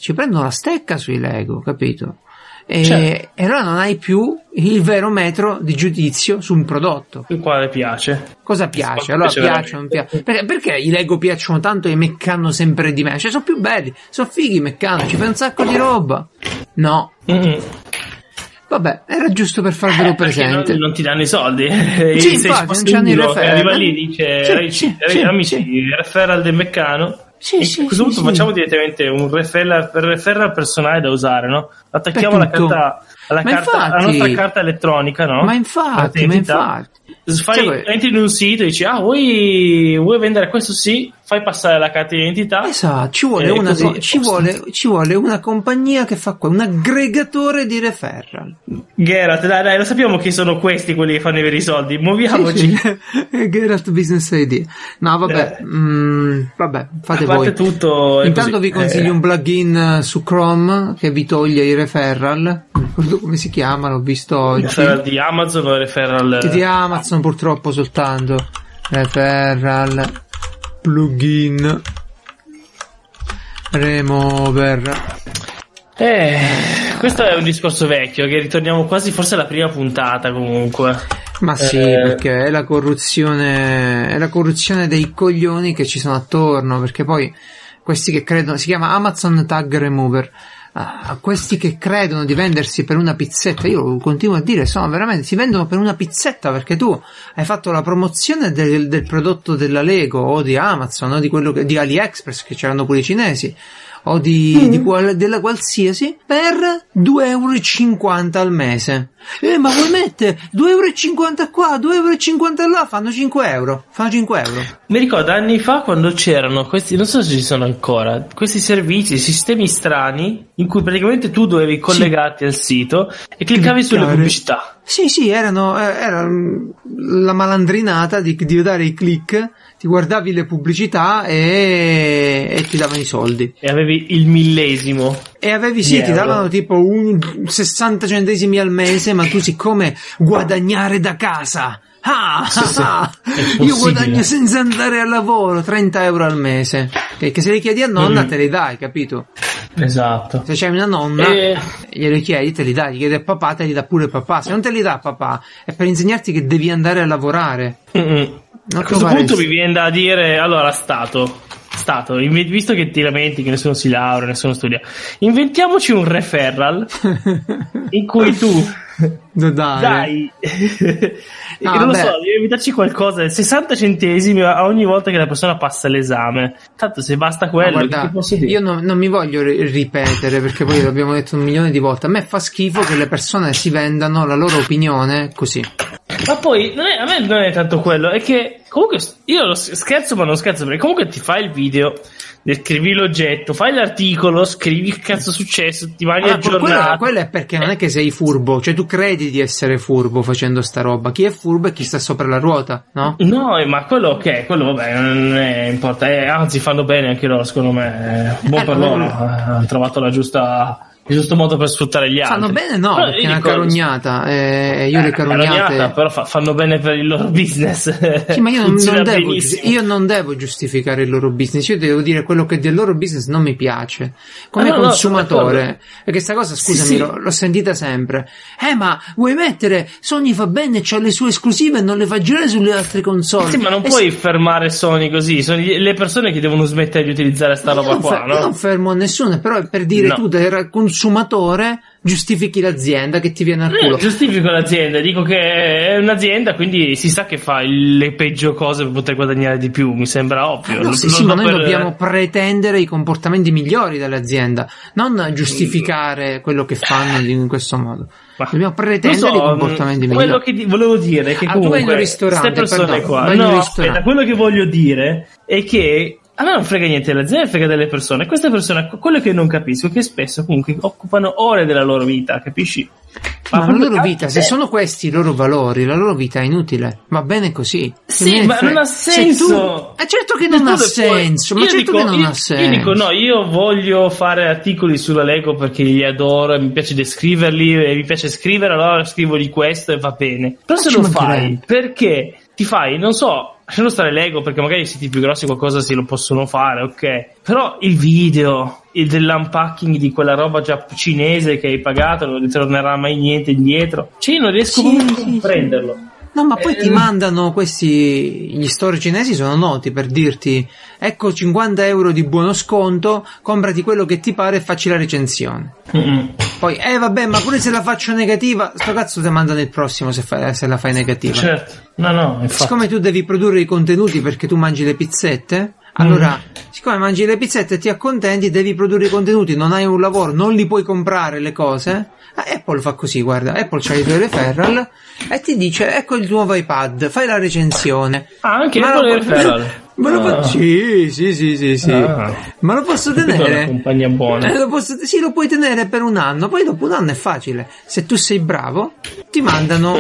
sui Lego, capito? E allora non hai più il vero metro di giudizio su un prodotto. Il quale piace. Cosa piace? Allora piace o non piace? Perché i Lego piacciono tanto e i meccano sempre di me? Cioè, sono più belli, sono fighi i meccano, ci fai un sacco di roba. No. Vabbè, era giusto per farvelo presente. Non ti danno i soldi. Sì, infatti, non c'hanno i referral. Arriva lì, dice, amici, referral del meccano. Sì, a questo punto facciamo direttamente un referral personale da usare, no? Attacchiamo alla nostra carta elettronica, no? Ma infatti. entri in un sito e dici vuoi vendere questo? Sì, fai passare la carta di identità. Esatto, ci vuole una compagnia che fa un aggregatore di referral. Geralt, dai, lo sappiamo che sono questi quelli che fanno i veri soldi, muoviamoci. Sì. Geralt Business Idea. No, vabbè, fate voi. Tutto intanto così. Vi consiglio un plugin su Chrome che vi toglie i referral. Non ricordo come si chiama, l'ho visto oggi. Referral di Amazon o referral di Amazon, purtroppo soltanto. Referral plugin remover. Questo è un discorso vecchio che ritorniamo quasi forse alla prima puntata comunque. Ma sì, perché è la corruzione dei coglioni che ci sono attorno, perché poi questi che credono, si chiama Amazon Tag Remover, questi che credono di vendersi per una pizzetta, io continuo a dire, si vendono per una pizzetta, perché tu hai fatto la promozione del prodotto della Lego o di Amazon o di quello di AliExpress, che c'erano pure i cinesi, o della qualsiasi, per 2,50 € al mese. Ma vuoi mettere 2,50 € qua, 2,50 € là, fanno 5 euro. Mi ricordo anni fa quando c'erano questi, non so se ci sono ancora, questi servizi, sistemi strani in cui praticamente tu dovevi collegarti al sito e cliccavi sulle pubblicità. Sì, era la malandrinata di dare i click, ti guardavi le pubblicità e ti davano i soldi. E avevi il millesimo. E ti davano tipo 60 centesimi al mese, ma tu siccome guadagnare da casa, io guadagno senza andare al lavoro, 30 euro al mese, che se li chiedi a nonna te li dai, capito? Esatto. Se c'hai una nonna, glieli chiedi, te li dai, gli chiedi a papà, te li dà pure papà. Se non te li dà papà, è per insegnarti che devi andare a lavorare. A questo punto mi viene da dire, allora, Stato, visto che ti lamenti che nessuno si laurea, nessuno studia, inventiamoci un referral in cui tu dai non lo so, devi darci qualcosa, 60 centesimi a ogni volta che la persona passa l'esame. Tanto se basta quello, guarda, che posso dire? Io non mi voglio ripetere, perché poi l'abbiamo detto 1 milione di volte. A me fa schifo che le persone si vendano la loro opinione così. Ma poi a me non è tanto quello, è che comunque io scherzo, ma non scherzo, perché comunque ti fai il video, descrivi l'oggetto, fai l'articolo, scrivi che cazzo è successo, ti vai aggiornato. Quello è perché non è che sei furbo, cioè tu credi di essere furbo facendo sta roba. Chi è furbo è chi sta sopra la ruota, no? No, ma quello vabbè, non è importante, anzi fanno bene anche loro, secondo me, buon per loro, hanno trovato il giusto modo per sfruttare gli altri. Fanno bene, no, però perché è una carognata, io le carognate però fanno bene per il loro business. Sì, ma io non devo giustificare il loro business, io devo dire quello che del loro business non mi piace come consumatore, perché sta cosa, scusami, l'ho sentita sempre. Ma vuoi mettere Sony fa bene, c'ha le sue esclusive e non le fa girare sulle altre console. Sì, ma non puoi fermare Sony così, sono le persone che devono smettere di utilizzare sta roba qua, no? Io non fermo nessuno, però è per dire, tu consumatore giustifichi l'azienda che ti viene al culo. Giustifico l'azienda, dico che è un'azienda, quindi si sa che fa le peggio cose per poter guadagnare di più, mi sembra ovvio. Ma noi dobbiamo pretendere i comportamenti migliori dall'azienda, non giustificare quello che fanno in questo modo. Dobbiamo pretendere i comportamenti migliori. Quello che volevo dire è che comunque queste persone quello che voglio dire è che a me non frega niente dell'azienda, frega delle persone. Queste persone, quello che non capisco è che spesso comunque occupano ore della loro vita, capisci? Ma la loro vita, se sono questi i loro valori, la loro vita è inutile. Va bene così. Sì, ma non ha senso. Certo che non ha senso. Ma certo che non ha senso. Io dico, no, io voglio fare articoli sulla Lego perché li adoro e mi piace descriverli e mi piace scrivere, allora scrivo di questo e va bene. Però se lo fai, perché ti fai, non so, lasciando stare Lego, perché magari i siti più grossi qualcosa si lo possono fare, ok, però il video dell'unpacking di quella roba già cinese che hai pagato non ritornerà mai niente indietro, cioè io non riesco a comprenderlo. No, ma poi ti mandano gli store cinesi sono noti per dirti, ecco 50 euro di buono sconto, comprati quello che ti pare e facci la recensione. Poi vabbè, ma pure se la faccio negativa, sto cazzo ti mandano il prossimo se la fai negativa. Certo, no, infatti. Siccome tu devi produrre i contenuti perché tu mangi le pizzette, Allora, siccome mangi le pizzette e ti accontenti, devi produrre i contenuti, non hai un lavoro, non li puoi comprare le cose. Apple fa così, guarda, Apple c'ha i tuoi referral e ti dice: ecco il nuovo iPad, fai la recensione. Anche Apple referral. Sì. Ma lo posso tenere? Una compagnia buona. Sì, lo puoi tenere per un anno. Poi dopo un anno è facile. Se tu sei bravo, ti mandano.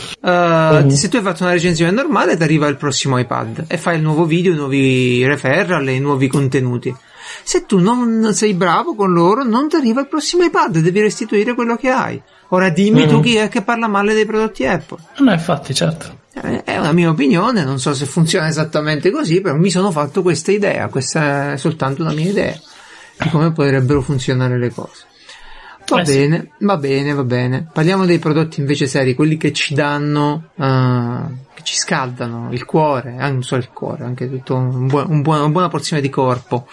Se tu hai fatto una recensione normale, ti arriva il prossimo iPad e fai il nuovo video, i nuovi referral e i nuovi contenuti. Se tu non sei bravo con loro, non ti arriva il prossimo iPad, devi restituire quello che hai. Ora dimmi tu chi è che parla male dei prodotti Apple. No, infatti, certo. È una mia opinione, non so se funziona esattamente così, però mi sono fatto questa idea, questa è soltanto una mia idea di come potrebbero funzionare le cose. Va bene. Parliamo dei prodotti invece seri, quelli che ci danno, che ci scaldano il cuore, non solo il cuore, anche tutto una buona porzione di corpo.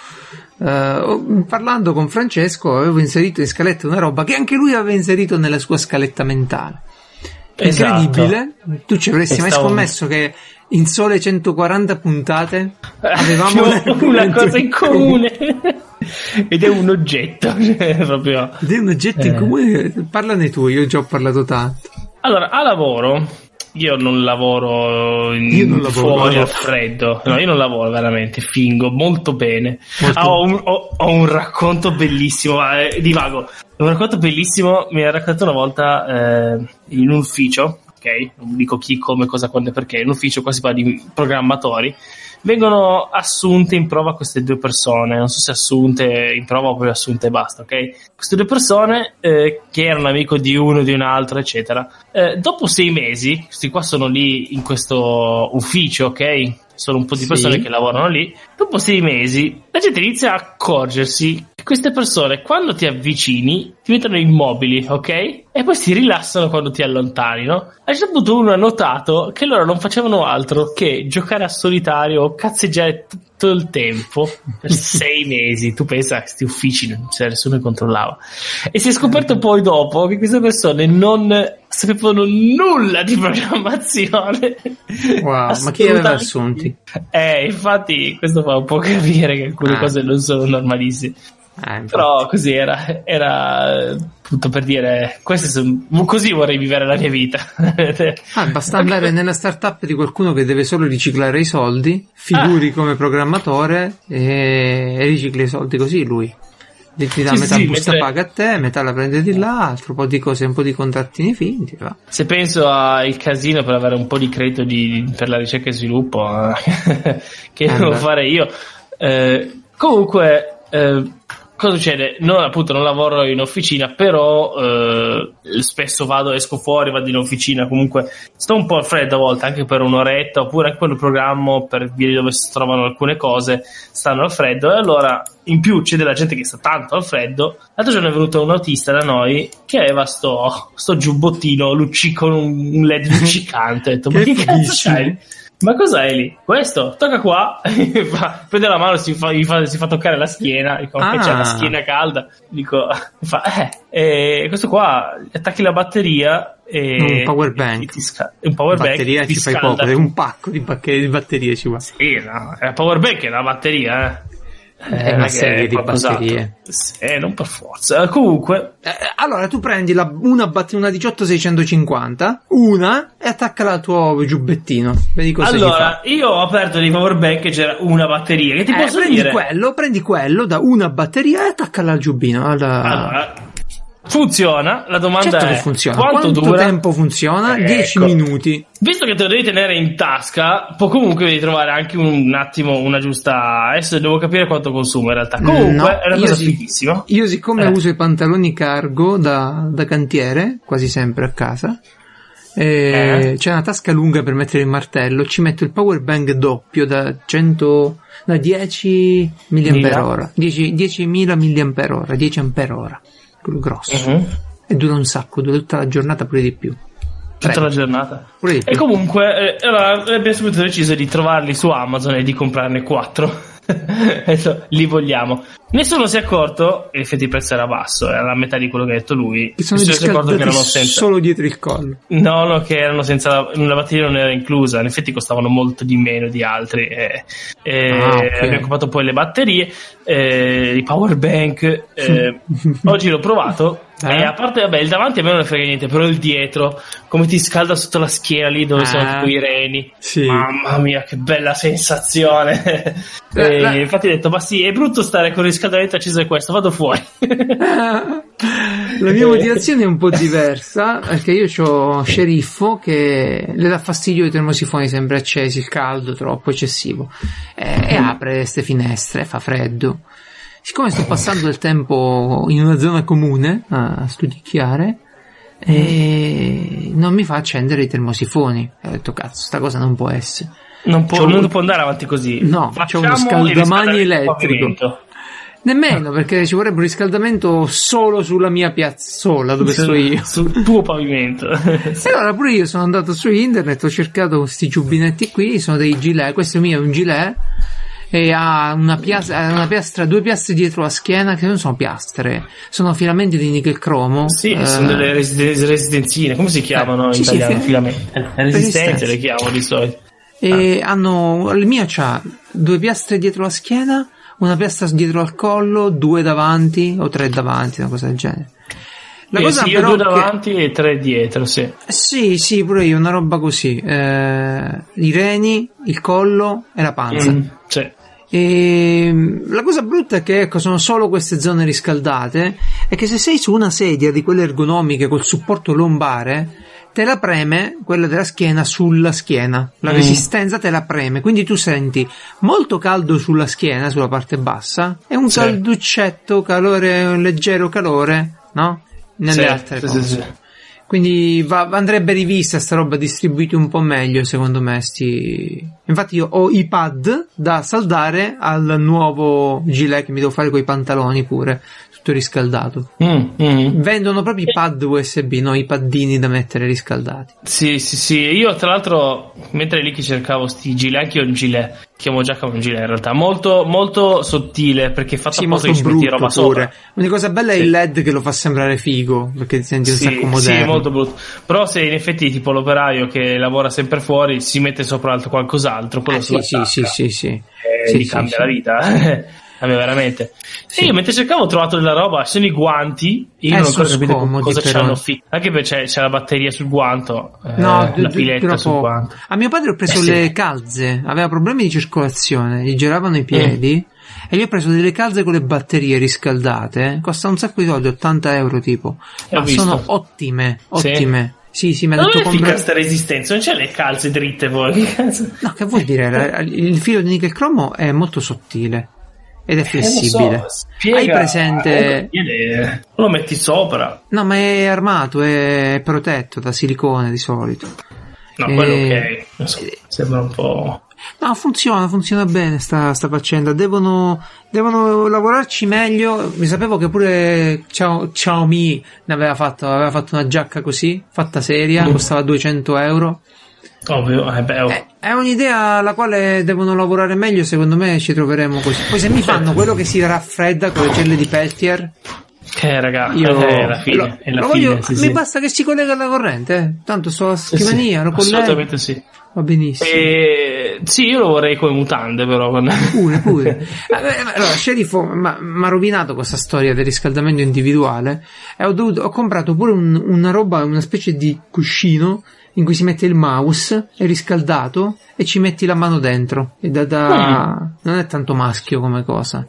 Parlando con Francesco avevo inserito in scaletta una roba che anche lui aveva inserito nella sua scaletta mentale. Incredibile. Esatto. Tu ci avresti mai scommesso che in sole 140 puntate avevamo una cosa in comune? Ed è un oggetto proprio. Ed è un oggetto in comune. Parlane tu, io già ho parlato tanto. Allora, a lavoro io non lavoro fuori al freddo. No, io non lavoro veramente, fingo molto bene. Ho un racconto bellissimo, divago. Un racconto bellissimo mi ha raccontato una volta in un ufficio, ok? Non dico chi, come, cosa, quando e perché. In un ufficio qua si parla di programmatori. Vengono assunte in prova queste due persone, non so se assunte in prova o poi assunte e basta, ok? Queste due persone che erano amico di uno, di un altro, eccetera. Dopo 6 mesi, questi qua sono lì in questo ufficio, ok? Sono un po' di persone che lavorano lì. Dopo 6 mesi la gente inizia a accorgersi che queste persone, quando ti avvicini, diventano immobili, ok? E poi si rilassano quando ti allontani, no? A un certo punto uno ha notato che loro non facevano altro che giocare a solitario o cazzeggiare tutto il tempo per 6 mesi. Tu pensa a questi uffici, non c'era nessuno che controllava. E si è scoperto poi dopo che queste persone non sapevano nulla di programmazione. Wow, ma chi aveva assunti? Infatti questo fa un po' capire che alcune cose non sono normalissime. Però così era tutto per dire così vorrei vivere la mia vita. Basta andare nella startup di qualcuno che deve solo riciclare i soldi, figuri come programmatore e ricicli i soldi così lui. Ti dà metà busta paga a te, metà la prende di là, altro po' di cose, un po' di contrattini finti. Va. Se penso al casino per avere un po' di credito per la ricerca e sviluppo che devo fare io, comunque cosa succede? Non lavoro in officina, però spesso esco fuori, vado in officina, comunque sto un po' al freddo a volte, anche per un'oretta, oppure anche quando programmo per via dove si trovano alcune cose, stanno al freddo, e allora in più c'è della gente che sta tanto al freddo. L'altro giorno è venuto un autista da noi che aveva sto giubbottino con un LED luccicante. Ho detto, ma che cazzo c'hai? Ma cos'hai lì? Questo? Tocca qua. Prende la mano, si fa toccare la schiena. Dico, c'è la schiena calda. Dico, questo qua attacchi la batteria e un power bank. Un power bank. Batteria ci fai poco, è un pacco di batterie ci va. Sì, no, è power bank è la batteria, è una serie di batterie. Non per forza. Comunque, allora tu prendi una 18650, e attaccala al tuo giubbettino. Vedi cosa allora, io ho aperto dei power bank e c'era una batteria. Che ti posso dire? Prendi quello da una batteria e attaccala al giubbino. Allora, funziona, la domanda certo è che funziona. Quanto dura? Tempo funziona? 10 minuti. Visto che te lo devi tenere in tasca, comunque devi trovare anche un attimo una giusta. Adesso devo capire quanto consuma in realtà. Comunque è una cosa fighissima. Io siccome uso i pantaloni cargo da cantiere quasi sempre a casa, c'è una tasca lunga per mettere il martello, ci metto il power bank doppio da 10 mAh, 10.000 mAh, 10 ampere-ora, quello grosso. E dura un sacco, dura tutta la giornata, pure di più. Tutta la giornata. E comunque allora abbiamo subito deciso di trovarli su Amazon e di comprarne 4. Li vogliamo. Nessuno si è accorto, in effetti il prezzo era basso, era la metà di quello che ha detto lui. Sono si è accorto che erano solo dietro il collo. No, che erano senza la batteria, non era inclusa. In effetti costavano molto di meno di altri. Okay. Abbiamo comprato poi le batterie, i power bank. Oggi l'ho provato. E a parte, vabbè, il davanti a me non ne frega niente, però il dietro, come ti scalda sotto la schiena lì dove sono tipo i reni. Sì. Mamma mia, che bella sensazione. Infatti ho detto, ma sì, è brutto stare con il riscaldamento acceso e questo, vado fuori. La mia motivazione è un po' diversa, perché io ho sceriffo che le dà fastidio i termosifoni sempre accesi, il caldo troppo eccessivo, e apre ste finestre, fa freddo. Siccome sto passando del tempo in una zona comune a studiare, non mi fa accendere i termosifoni. Ho detto, cazzo, sta cosa non può essere. Non può andare avanti così. No, c'è uno scaldamani elettrico. Nemmeno, perché ci vorrebbe un riscaldamento solo sulla mia piazzola dove sto io. Sul tuo pavimento. E allora pure io sono andato su internet, ho cercato questi giubbinetti qui, sono dei gilet, questo mio è un gilet. E ha una piastra, due piastre dietro la schiena che non sono piastre, sono filamenti di nichel cromo. Sì, sono delle residenzine, come si chiamano in italiano? Filamenti. Resistenze le chiamo di solito. E il mio c'ha due piastre dietro la schiena, una piastra dietro al collo, due davanti o tre davanti, una cosa del genere. La cosa sì, però io due davanti e tre dietro, sì. Sì, pure io, una roba così. I reni, il collo e la panza. Sì. E la cosa brutta è che, ecco, sono solo queste zone riscaldate, e che se sei su una sedia di quelle ergonomiche col supporto lombare, te la preme quella della schiena sulla schiena, la resistenza te la preme, quindi tu senti molto caldo sulla schiena, sulla parte bassa, e un calduccetto, un leggero calore, no? Nelle altre cose. Sì. Quindi andrebbe rivista sta roba, distribuiti un po' meglio, secondo me. Infatti io ho i pad da saldare al nuovo gilet che mi devo fare coi pantaloni pure, tutto riscaldato. Vendono proprio i pad USB, no? I paddini da mettere riscaldati. Sì. Io tra l'altro, mentre lì che cercavo sti gilet, anche io ho un gilet, chiamo già come un gilet in realtà, molto molto sottile, perché è fatto apposta che ci metti roba pure sopra. L'unica cosa bella è il LED che lo fa sembrare figo, perché ti senti un sacco moderno. Sì, molto brutto. Però se in effetti tipo l'operaio che lavora sempre fuori si mette sopra qualcos'altro, quello sì. Gli cambia la vita. A me veramente. Sì, io mentre cercavo ho trovato della roba, sono i guanti, io non ho ancora capito cosa c'hanno anche perché c'è la batteria sul guanto, la piletta sul guanto. A mio padre ho preso le calze, aveva problemi di circolazione, gli giravano i piedi, e gli ho preso delle calze con le batterie riscaldate, costa un sacco di soldi, 80 euro tipo, ma sono ottime. Sì, mi ha detto comprare questa resistenza, non c'è le calze dritte poi. No, che vuol dire? Il filo di nichel cromo è molto sottile ed è flessibile. Hai presente? Lo metti sopra. No, ma è armato, è protetto da silicone di solito. No, quello ok. Non so, sembra un po'. No, funziona bene sta faccenda. Devono lavorarci meglio. Mi sapevo che pure Xiaomi aveva fatto una giacca così, fatta seria, costava 200 euro. Ovvio, è un'idea alla quale devono lavorare meglio, secondo me ci troveremo così. Poi se mi fanno quello che si raffredda con le celle di Peltier, ragazzi, è la fine. Mi basta che si collega alla corrente, tanto sto alla scrivania, lo collego. Assolutamente sì. Va benissimo. Sì, io lo vorrei come mutande, però. Pure. Allora, sceriffo mi ha rovinato questa storia del riscaldamento individuale, e ho comprato pure una roba, una specie di cuscino in cui si mette il mouse, è riscaldato, e ci metti la mano dentro. E non è tanto maschio come cosa.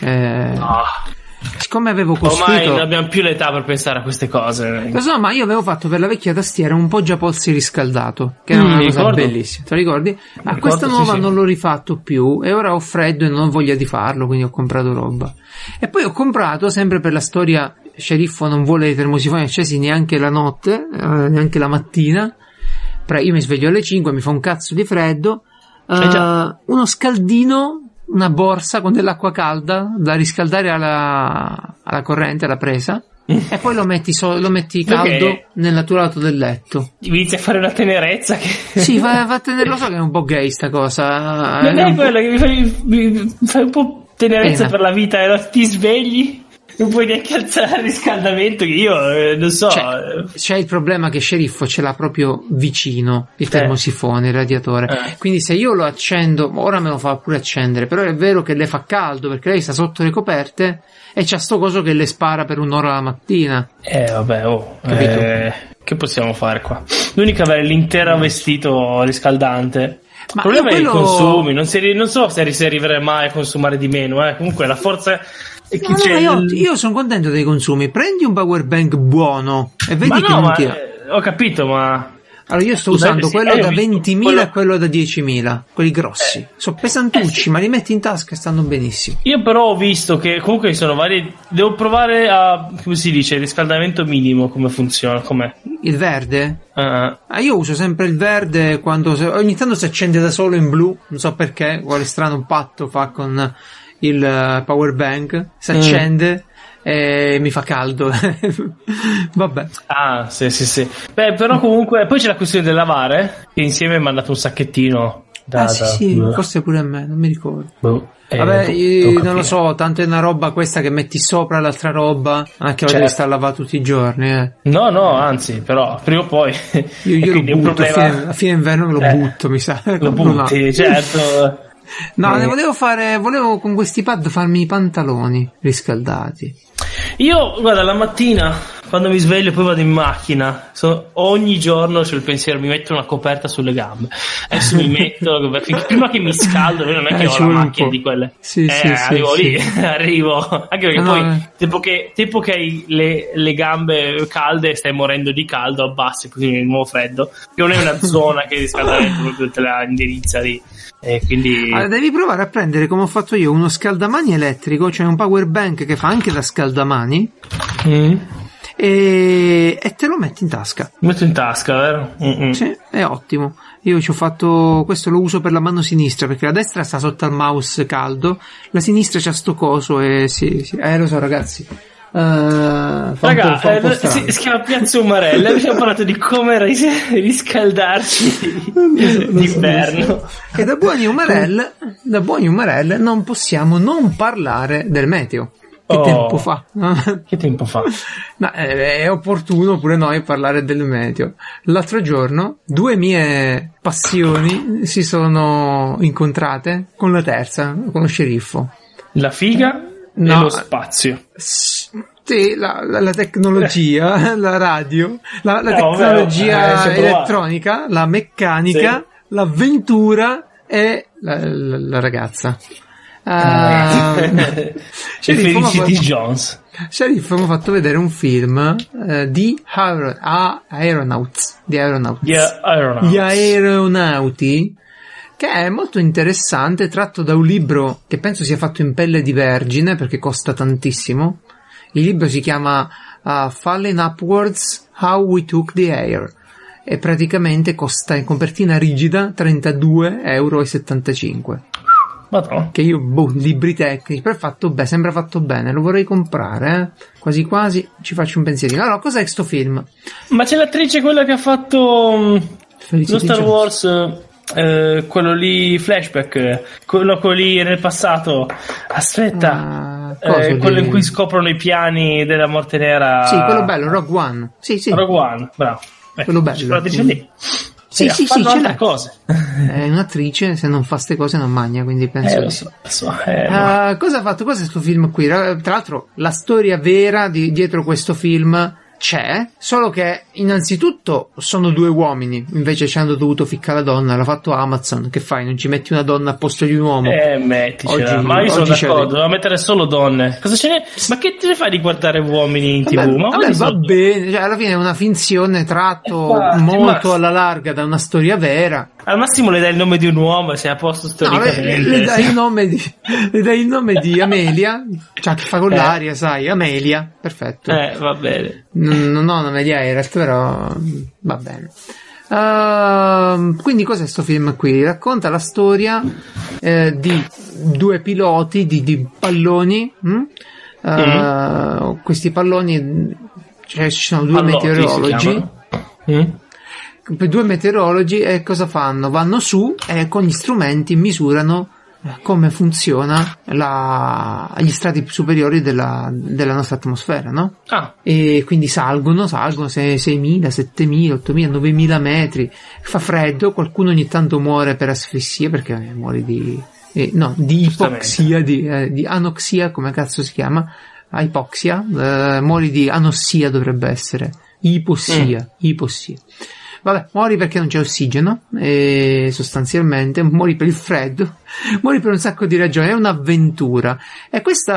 Siccome avevo costruito, ormai non abbiamo più l'età per pensare a queste cose. Lo so, ma io avevo fatto per la vecchia tastiera un poggiapolsi riscaldato, che era una cosa bellissima, te lo ricordi? Ma questa nuova non l'ho rifatto più, e ora ho freddo e non ho voglia di farlo, quindi ho comprato roba. E poi ho comprato, sempre per la storia, sceriffo non vuole i termosifoni accesi neanche la notte, neanche la mattina. Io mi sveglio alle 5, mi fa un cazzo di freddo, uno scaldino, una borsa con dell'acqua calda da riscaldare alla corrente, alla presa, e poi lo metti caldo nel tuo lato del letto. Inizi a fare una tenerezza che... Sì, fa a tenere, lo so che è un po' gay sta cosa. Non è quello che mi fai un po' tenerezza per la vita e ti svegli, non puoi neanche alzare il riscaldamento, che io non so. C'è il problema che Sceriffo ce l'ha proprio vicino il termosifone, il radiatore, quindi se io lo accendo, ora me lo fa pure accendere, però è vero che le fa caldo perché lei sta sotto le coperte e c'ha sto coso che le spara per un'ora la mattina. Vabbè, che possiamo fare qua? L'unica avere l'intero vestito riscaldante. Il problema è i consumi, non so se arriverai mai a consumare di meno, comunque la forza... io sono contento dei consumi. Prendi un power bank buono e vedi che non ti ha. Ho capito, ma allora io sto usando quello da 20.000 e quello da 10.000, quelli grossi. Sono pesantucci, ma li metti in tasca e stanno benissimo. Io però ho visto che comunque sono vari. Devo provare a, come si dice, il riscaldamento minimo, come funziona, com'è? Il verde? Io uso sempre il verde ogni tanto si accende da solo in blu, non so perché, quale strano patto fa con il power bank, si accende e mi fa caldo. Vabbè. Sì. Beh, però comunque poi c'è la questione del lavare, che insieme mi ha dato un sacchettino forse pure a me, non mi ricordo. Vabbè, non lo so, tanto è una roba questa che metti sopra l'altra roba, anche la devi stare a lavare tutti i giorni. No, anzi, però prima o poi io lo butto a fine inverno, me lo butto, mi sa. Lo butti, certo. No, ne volevo con questi pad farmi i pantaloni riscaldati. Io, guarda, la mattina quando mi sveglio poi vado in macchina, ogni giorno c'è il pensiero, mi metto una coperta sulle gambe, adesso mi metto prima che mi scaldo, non è che ho la macchina di quelle, arrivo lì. Arrivo, anche perché poi tempo che hai le gambe calde stai morendo di caldo, abbassi così nel nuovo freddo, che non è una zona che riscaldamento proprio te la indirizza lì. Quindi devi provare a prendere, come ho fatto io, uno scaldamani elettrico, cioè un power bank che fa anche da scaldamani, e te lo metti in tasca. Metto in tasca, vero? Sì, è ottimo. Io ci ho fatto questo, lo uso per la mano sinistra perché la destra sta sotto al mouse caldo, la sinistra c'ha sto coso e lo so, ragazzi. Raga, si chiama Piazza Umarella. Abbiamo parlato di come riscaldarci d'inverno. E da buoni Umarell non possiamo non parlare del meteo. Tempo fa? Che tempo fa? Ma è opportuno pure noi parlare del meteo. L'altro giorno 2 mie passioni si sono incontrate con la terza, con lo sceriffo. La figa e lo spazio. Sì, la tecnologia, la radio, la tecnologia elettronica, la meccanica, l'avventura e la ragazza. Felicity Jones. Sheriff mi ha fatto vedere un film di Aeronauts. Gli aeronauti, che è molto interessante, tratto da un libro che penso sia fatto in pelle di vergine perché costa tantissimo. Il libro si chiama Falling Upwards, How We Took the Air, e praticamente costa in copertina rigida €32,75. Madonna. Che io, libri tecnici, però sembra fatto bene, lo vorrei comprare, quasi quasi ci faccio un pensierino. Allora, cos'è sto film? Ma c'è l'attrice quella che ha fatto lo Star Wars, quello lì, Flashback, quello lì nel passato, aspetta, quello in cui scoprono i piani della Morte Nera. Sì, quello bello, Rogue One. Sì. Rogue One, bravo. Quello bello. L'attrice lì. Sì, ce l'ha. Cose. È un'attrice, se non fa ste cose non magna, quindi penso lo so. Cosa ha fatto? Cos'è sto film qui? Tra l'altro la storia vera dietro questo film c'è, solo che innanzitutto sono 2 uomini, invece ci hanno dovuto ficcare la donna, l'ha fatto Amazon. Che fai? Non ci metti una donna al posto di un uomo? Metticela. Ma io sono d'accordo, devo mettere solo donne. Cosa ce n'è? Ma che te ne fai di guardare uomini in TV? Va bene, cioè alla fine è una finzione tratto molto alla larga da una storia vera. Al massimo le dai il nome di un uomo e sei a posto storicamente. Le dai il nome di Amelia, cioè che fa con l'aria, sai, Amelia, perfetto. Va bene. Non ho Amelia Earhart, però va bene. Quindi cos'è sto film qui? Racconta la storia di 2 piloti di palloni questi palloni, cioè ci sono due meteorologi. Due meteorologi, e cosa fanno? Vanno su e con gli strumenti misurano come funziona gli strati superiori della nostra atmosfera, no? E quindi salgono 6.000, 7.000, 8.000, 9.000 metri, fa freddo, qualcuno ogni tanto muore per asfissia perché muore di ipoxia, di anoxia, come cazzo si chiama? Ipoxia, muori di anossia, dovrebbe essere ipossia. Vabbè, muori perché non c'è ossigeno, e sostanzialmente muori per il freddo, muori per un sacco di ragioni, è un'avventura. E questo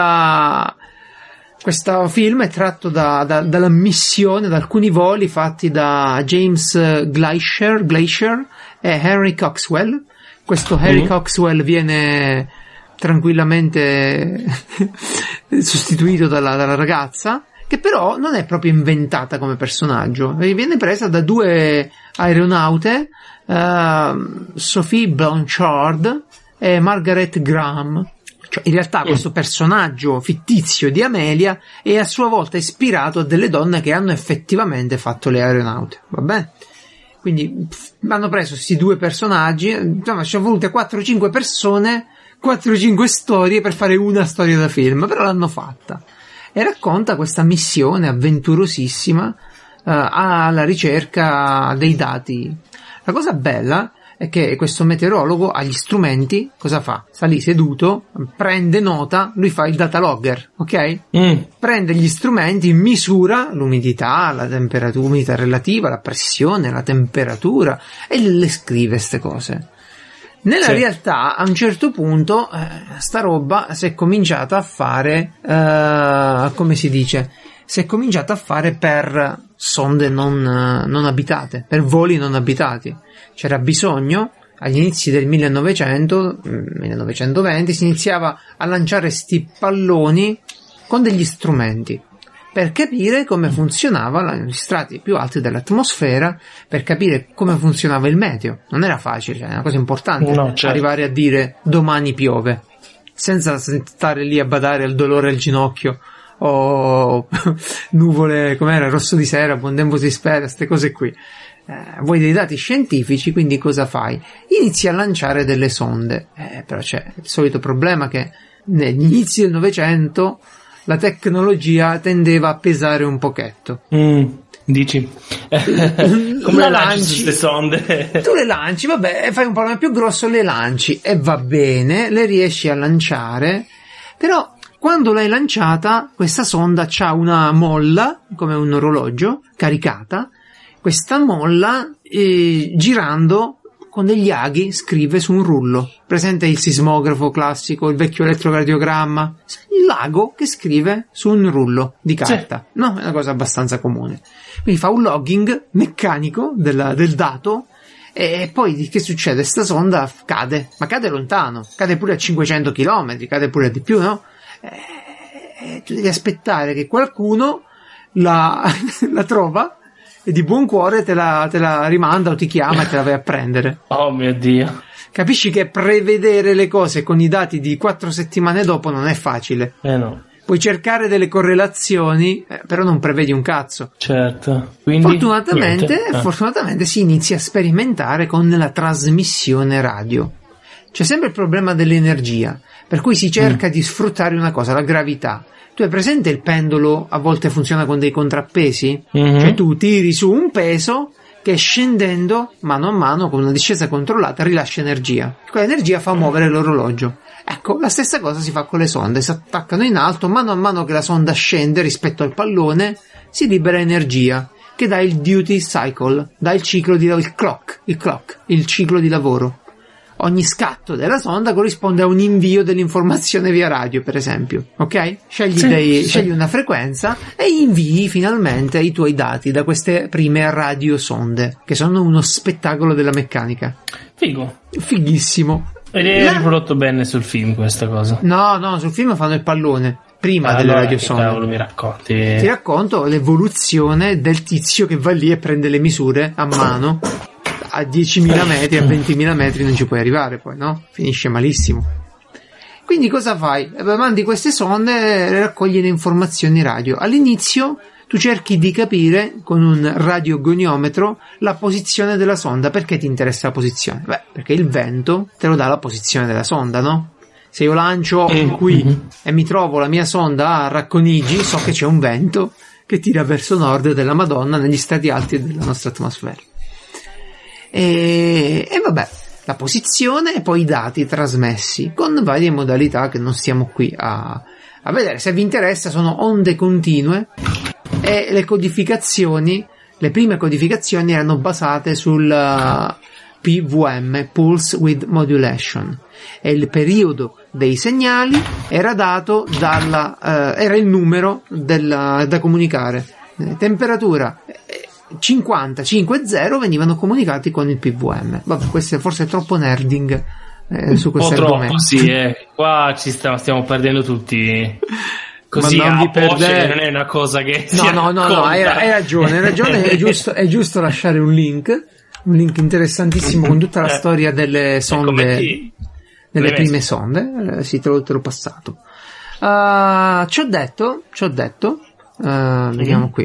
film è tratto dalla missione, da alcuni voli fatti da James Glaisher e Henry Coxwell. Questo Henry Coxwell viene tranquillamente sostituito dalla ragazza, che però non è proprio inventata come personaggio, viene presa da due aeronaute, Sophie Blanchard e Margaret Graham. Cioè, in realtà questo personaggio fittizio di Amelia è a sua volta ispirato a delle donne che hanno effettivamente fatto le aeronaute, va bene? Quindi hanno preso questi due personaggi, insomma ci sono volute 4-5 persone, 4-5 storie per fare una storia da film, però l'hanno fatta. E racconta questa missione avventurosissima alla ricerca dei dati. La cosa bella è che questo meteorologo ha gli strumenti, cosa fa? Sta lì seduto, prende nota, lui fa il data logger, ok? Prende gli strumenti, misura l'umidità, la temperatura, l'umidità relativa, la pressione, la temperatura, e le scrive queste cose. Nella realtà, a un certo punto, sta roba si è cominciata a fare, come si dice, si è cominciata a fare per sonde non abitate, per voli non abitati. C'era bisogno, agli inizi del 1920, si iniziava a lanciare sti palloni con degli strumenti, per capire come funzionava gli strati più alti dell'atmosfera, per capire come funzionava il meteo. Non era facile, è una cosa importante, arrivare a dire domani piove, senza stare lì a badare al dolore al ginocchio, o nuvole, com'era, rosso di sera, buon tempo si spera, queste cose qui. Vuoi dei dati scientifici, quindi cosa fai? Inizi a lanciare delle sonde, però c'è il solito problema che negli inizi del Novecento la tecnologia tendeva a pesare un pochetto. Dici? Come le lanci su queste sonde? Tu le lanci, vabbè, fai un problema più grosso, le lanci e va bene, le riesci a lanciare, però quando l'hai lanciata questa sonda c'ha una molla, come un orologio, caricata. Questa molla, girando con degli aghi, scrive su un rullo. Presente il sismografo classico, il vecchio elettrocardiogramma? Il lago che scrive su un rullo di carta. Sì. No, è una cosa abbastanza comune. Quindi fa un logging meccanico del dato, e poi che succede? Sta sonda cade, ma cade lontano, cade pure a 500 km, cade pure di più, no? Tu devi aspettare che qualcuno la trova e di buon cuore te la rimanda o ti chiama e te la vai a prendere. Oh mio Dio. Capisci che prevedere le cose con i dati di 4 settimane dopo non è facile. No. Puoi cercare delle correlazioni, però non prevedi un cazzo. Certo. Quindi, fortunatamente si inizia a sperimentare con la trasmissione radio. C'è sempre il problema dell'energia, per cui si cerca di sfruttare una cosa, la gravità. Tu hai presente il pendolo a volte funziona con dei contrappesi? Cioè tu tiri su un peso che scendendo mano a mano con una discesa controllata rilascia energia. Quell'energia fa muovere l'orologio. Ecco, la stessa cosa si fa con le sonde, si attaccano in alto, mano a mano che la sonda scende rispetto al pallone si libera energia che dà il duty cycle, dà il ciclo il ciclo di lavoro. Ogni scatto della sonda corrisponde a un invio dell'informazione via radio, per esempio, ok? Scegli una frequenza e invii finalmente i tuoi dati da queste prime radiosonde, che sono uno spettacolo della meccanica. Fighissimo. Ed è riprodotto bene sul film questa cosa? No, sul film fanno il pallone prima delle radiosonde. Cavolo, mi racconti? Ti racconto l'evoluzione del tizio che va lì e prende le misure a mano. A 10.000 metri, a 20.000 metri non ci puoi arrivare poi, no? Finisce malissimo. Quindi cosa fai? Mandi queste sonde e raccogli le informazioni radio. All'inizio tu cerchi di capire con un radiogoniometro la posizione della sonda. Perché ti interessa la posizione? Beh, perché il vento te lo dà la posizione della sonda, no? Se io lancio qui e mi trovo la mia sonda a Racconigi, so che c'è un vento che tira verso nord della Madonna negli strati alti della nostra atmosfera. E vabbè, la posizione e poi i dati trasmessi con varie modalità che non stiamo qui a vedere. Se vi interessa, sono onde continue e le codificazioni, le prime codificazioni erano basate sul PWM, Pulse Width Modulation, e il periodo dei segnali era dato era il numero da comunicare. Temperatura 50-5-0 venivano comunicati con il PWM. Vabbè, questo è forse troppo nerding su questo argomento. Sì, qua stiamo perdendo tutti. Così ma non vi perdete, non è una cosa che no, hai ragione, è giusto lasciare un link interessantissimo con tutta la storia delle sonde, delle prime sonde. Sì, te l'ho passato. Ci ho detto, vediamo qui,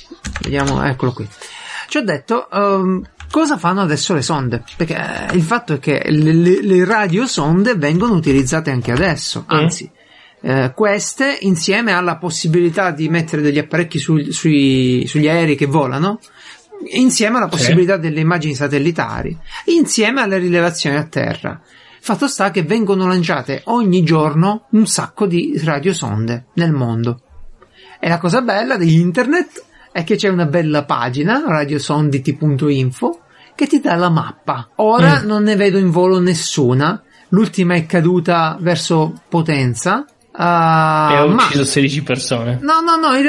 eccolo qui. Ci ho detto cosa fanno adesso le sonde, perché il fatto è che le radiosonde vengono utilizzate anche adesso, anzi queste, insieme alla possibilità di mettere degli apparecchi sugli aerei che volano, insieme alla possibilità delle immagini satellitari, insieme alle rilevazioni a terra, fatto sta che vengono lanciate ogni giorno un sacco di radiosonde nel mondo. E la cosa bella di internet è che c'è una bella pagina, radiosondity.info, che ti dà la mappa. Ora non ne vedo in volo nessuna, l'ultima è caduta verso Potenza, e ha ucciso 16 persone. No, in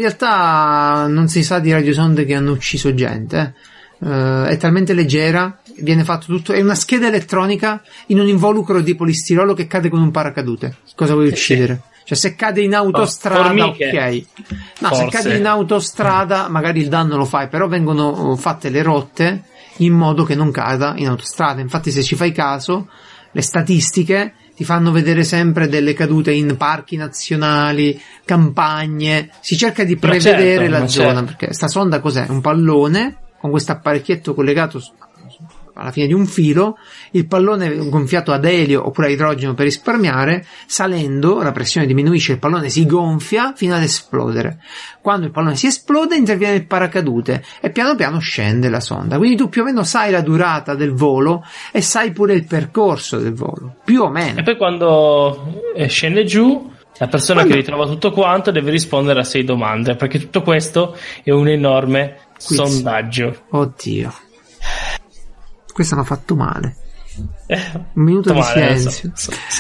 realtà non si sa di radiosonde che hanno ucciso gente. È talmente leggera, viene fatto tutto, è una scheda elettronica in un involucro di polistirolo che cade con un paracadute. Cosa vuoi uccidere? Cioè, se cade in autostrada, ok. No, se cade in autostrada magari il danno lo fai, però vengono fatte le rotte in modo che non cada in autostrada. Infatti, se ci fai caso, le statistiche ti fanno vedere sempre delle cadute in parchi nazionali, campagne, si cerca di prevedere la zona, perché sta sonda cos'è? Un pallone con questo apparecchietto collegato alla fine di un filo, il pallone gonfiato ad elio oppure a idrogeno per risparmiare, salendo la pressione diminuisce, il pallone si gonfia fino ad esplodere. Quando il pallone si esplode interviene il paracadute e piano piano scende la sonda, quindi tu più o meno sai la durata del volo e sai pure il percorso del volo, più o meno. E poi quando scende giù, la persona che ritrova tutto quanto deve rispondere a 6 domande, perché tutto questo è un enorme sondaggio. Oddio, questo mi ha fatto male. Un minuto di silenzio.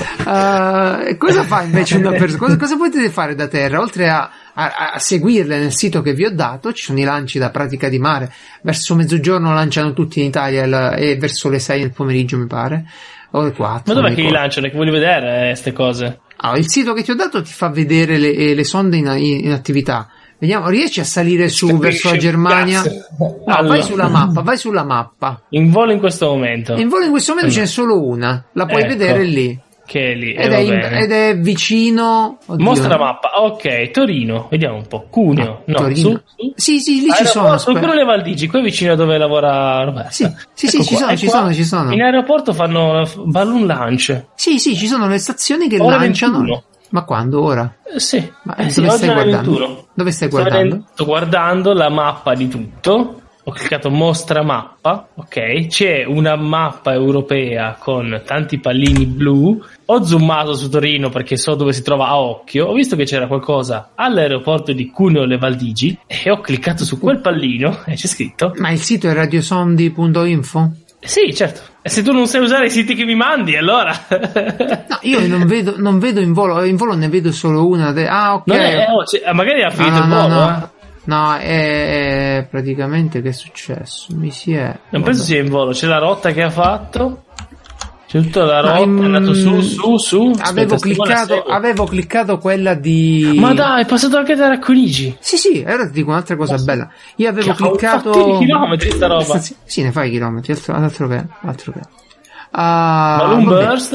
Cosa fa invece una persona? Cosa potete fare da terra? Oltre a seguirle nel sito che vi ho dato, ci sono i lanci da Pratica di Mare. Verso mezzogiorno lanciano tutti in Italia e verso le 6 del pomeriggio, mi pare, o le 4. Ma dov'è che li lanciano? Che voglio vedere queste cose? Allora, il sito che ti ho dato ti fa vedere le sonde in attività. Vediamo, riesci a salire su verso la Germania? No, allora, vai sulla mappa. In volo in questo momento. Ce n'è solo una. La puoi vedere lì. Che è lì. Ed è vicino. Oddio. Mostra la mappa. Ok, Torino. Vediamo un po'. Cuneo. No, Torino. Sì, lì ci sono. Quello le Valdigi, qui vicino dove lavora Roberta. Sì, ci sono. In aeroporto fanno balloon launch. Sì, ci sono le stazioni che lanciano. 21. Ma quando? Ora? Sì. Ma dove stai guardando? Dove stai guardando? Sto guardando la mappa di tutto. Ho cliccato mostra mappa, ok? C'è una mappa europea con tanti pallini blu. Ho zoomato su Torino perché so dove si trova a occhio. Ho visto che c'era qualcosa all'aeroporto di Cuneo Le Valdigi e ho cliccato su quel pallino e c'è scritto. Ma il sito è radiosondi.info? Sì, certo. E se tu non sai usare i siti che mi mandi, allora. No, io non vedo in volo ne vedo solo una. Ok. Magari ha finito il volo. No, è praticamente che è successo? Non penso sia in volo, c'è la rotta che ha fatto. C'è tutta la rotta, è andato su. Avevo cliccato quella di. Ma dai, è passato anche da Racconigi. Sì, ora ti dico un'altra cosa bella. Io avevo cliccato. Fatti chilometri sta roba. Sì, ne fai chilometri, altro che. Balloon Burst.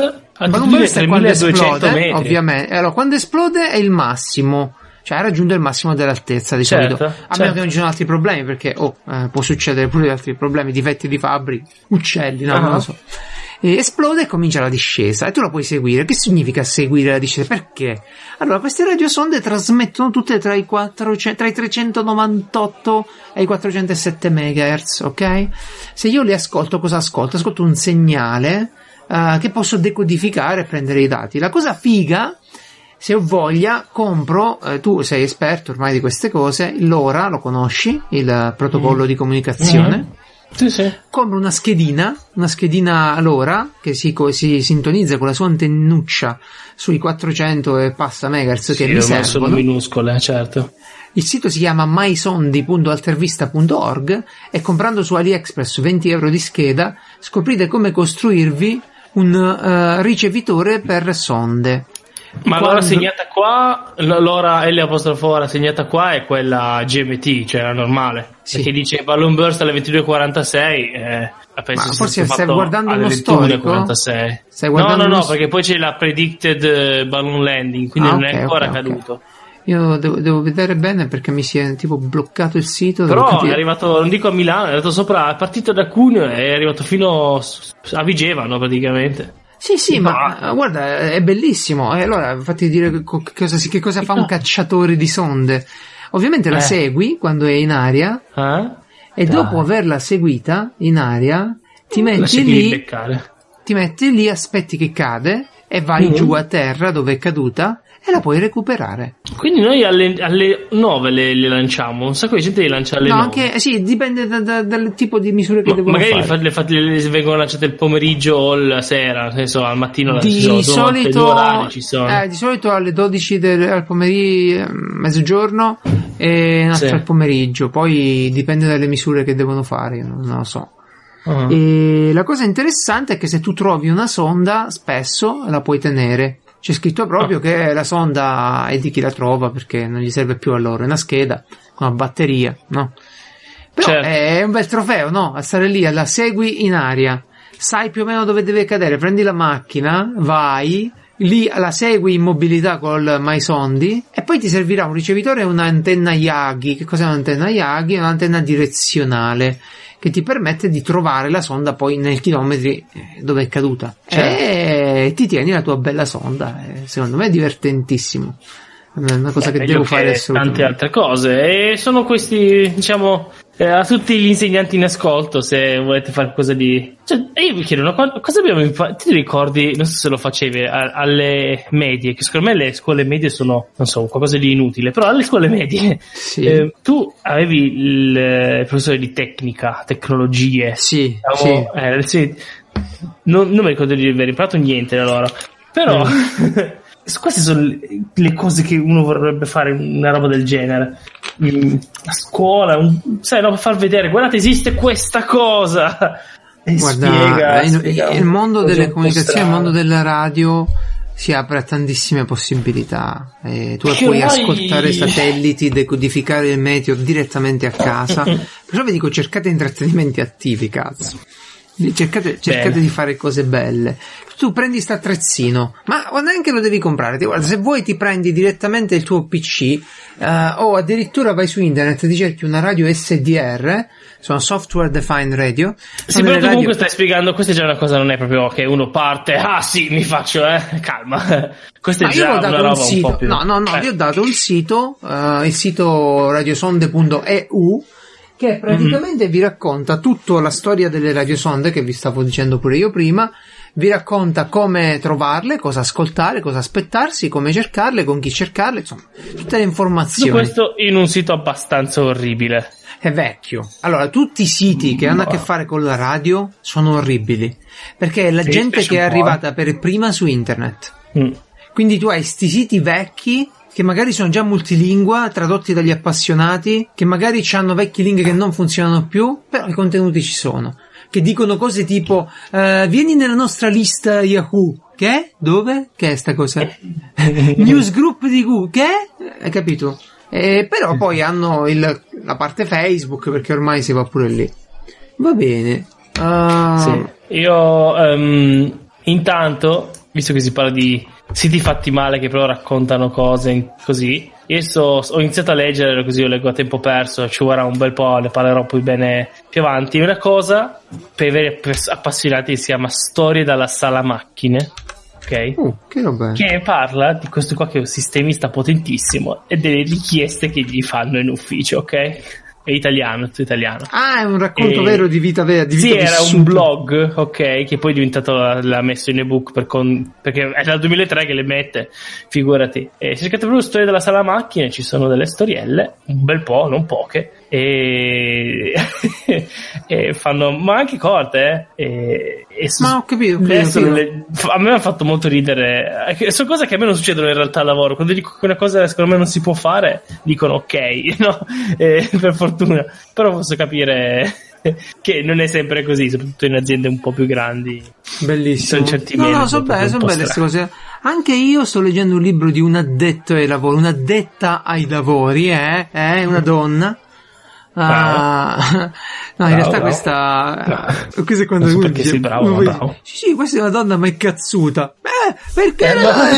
Balloon burst è quando esplode, metri. ovviamente. Allora, quando esplode è il massimo, cioè ha raggiunto il massimo dell'altezza di solito, a meno che non ci sono altri problemi, perché può succedere pure altri problemi, difetti di fabbrica, uccelli, non lo so. E esplode e comincia la discesa e tu la puoi seguire. Che significa seguire la discesa? Perché? Allora, queste radiosonde trasmettono tutte tra i 398 e i 407 MHz, ok? Se io li ascolto, cosa ascolto? Ascolto un segnale che posso decodificare e prendere i dati. La cosa figa, se ho voglia, compro, tu sei esperto ormai di queste cose, LoRa, lo conosci, il protocollo di comunicazione? Sì. Compro una schedina LoRa che si sintonizza con la sua antennuccia sui 400 e passa megahertz che mi servono. Sono minuscole, certo. Il sito si chiama mysondi.altervista.org e comprando su AliExpress 20 euro di scheda scoprite come costruirvi un ricevitore per sonde. Ma l'ora segnata qua, l'ora L', segnata qua è quella GMT, cioè la normale. Sì. Perché dice Balloon Burst alle 22:46, penso ma forse stai guardando uno storico? Stai guardando no, perché poi c'è la predicted balloon landing, quindi non è ancora caduto. Io devo vedere bene perché mi si è tipo bloccato il sito. Però è arrivato, non dico a Milano, è arrivato sopra, è partito da Cuneo e è arrivato fino a Vigevano praticamente. Sì, ma guarda, è bellissimo. E allora fatti dire che cosa fa un cacciatore di sonde. Ovviamente la segui quando è in aria e dopo averla seguita in aria ti metti lì, aspetti che cade e vai giù a terra dove è caduta e la puoi recuperare. Quindi noi alle 9 le lanciamo. Un sacco di gente le lancia alle 9. No, anche sì, dipende dal tipo di misure che devono fare. Magari le vengono lanciate il pomeriggio o la sera, nel senso al mattino di solito alle 12 al pomeriggio, mezzogiorno e un'altra al pomeriggio. Poi dipende dalle misure che devono fare, io non lo so. E la cosa interessante è che se tu trovi una sonda spesso la puoi tenere. C'è scritto proprio che la sonda è di chi la trova, perché non gli serve più a loro, è una scheda con una batteria, no? Però è un bel trofeo, no? A stare lì, la segui in aria, sai più o meno dove deve cadere, prendi la macchina, vai, lì la segui in mobilità col MySondi e poi ti servirà un ricevitore e un'antenna Yagi. Che cos'è un'antenna Yagi? È un'antenna direzionale che ti permette di trovare la sonda poi nei chilometri dove è caduta. E ti tieni la tua bella sonda. Secondo me è divertentissimo. È una cosa che devo fare assolutamente. Tante altre cose. E sono questi, diciamo, a tutti gli insegnanti in ascolto, se volete fare qualcosa di... Cioè, io mi chiedo, cosa abbiamo imparato? Ti ricordi, non so se lo facevi, alle medie, che secondo me le scuole medie sono, non so, qualcosa di inutile, però alle scuole medie tu avevi il professore di tecnologie. Sì. Non mi ricordo di aver imparato niente da loro, però... Queste sono le cose che uno vorrebbe fare, una roba del genere a scuola, per far vedere, guardate, esiste questa cosa e guarda, il mondo delle comunicazioni, il mondo della radio si apre a tantissime possibilità. Tu puoi ascoltare satelliti, decodificare il meteo direttamente a casa. Però vi dico, cercate intrattenimenti attivi, cazzo. Cercate di fare cose belle. Tu prendi sta attrezzino, ma neanche lo devi comprare. Guarda, se vuoi ti prendi direttamente il tuo PC o addirittura vai su internet e ti cerchi una radio SDR, sono software defined radio. Sì, però tu comunque stai spiegando, questa è già una cosa, non è proprio che uno parte, mi faccio, calma. Questa è già una roba un po' più... No, vi ho dato il sito radiosonde.eu, che praticamente vi racconta tutta la storia delle radiosonde, che vi stavo dicendo pure io prima, vi racconta come trovarle, cosa ascoltare, cosa aspettarsi, come cercarle, con chi cercarle, insomma, tutte le informazioni. Tutto questo in un sito abbastanza orribile. È vecchio. Allora, tutti i siti che hanno a che fare con la radio sono orribili, perché è la gente che è arrivata per prima su internet. Quindi tu hai sti siti vecchi che magari sono già multilingua, tradotti dagli appassionati, che magari hanno vecchi link che non funzionano più, però i contenuti ci sono, che dicono cose tipo vieni nella nostra lista Yahoo. Che? Dove? Che è sta cosa? Newsgroup di Google. Che? Hai capito? Però poi hanno la parte Facebook, perché ormai si va pure lì. Va bene. Sì. Io intanto visto che si parla di siti fatti male che però raccontano cose così, ho iniziato a leggere, così io leggo a tempo perso, ci vorrà un bel po', ne parlerò poi bene più avanti. Una cosa per i veri appassionati si chiama Storie dalla sala macchine, ok? Che roba è? Che parla di questo qua che è un sistemista potentissimo e delle richieste che gli fanno in ufficio, ok? È italiano, tutto italiano. Ah, è un racconto vero di vita vera, di vita sì, era vissuta. un blog, ok, che poi è diventato, l'ha messo in ebook perché è dal 2003 che le mette, figurati. E se cercate proprio Storie della sala macchine, ci sono delle storielle, un bel po', non poche, e fanno, ma anche corte, ma ho capito. A me ha fatto molto ridere. Sono cose che a me non succedono in realtà al lavoro. Quando dico che una cosa secondo me non si può fare, dicono ok, no? Per fortuna. Però posso capire che non è sempre così, soprattutto in aziende un po' più grandi. Bellissimo. Sono belle queste cose. Anche io sto leggendo un libro di un addetto ai lavori, un'addetta ai lavori, una donna. No, in realtà questa è quando uno dice sei bravo. Sì, questa è una donna ma è cazzuta. Perché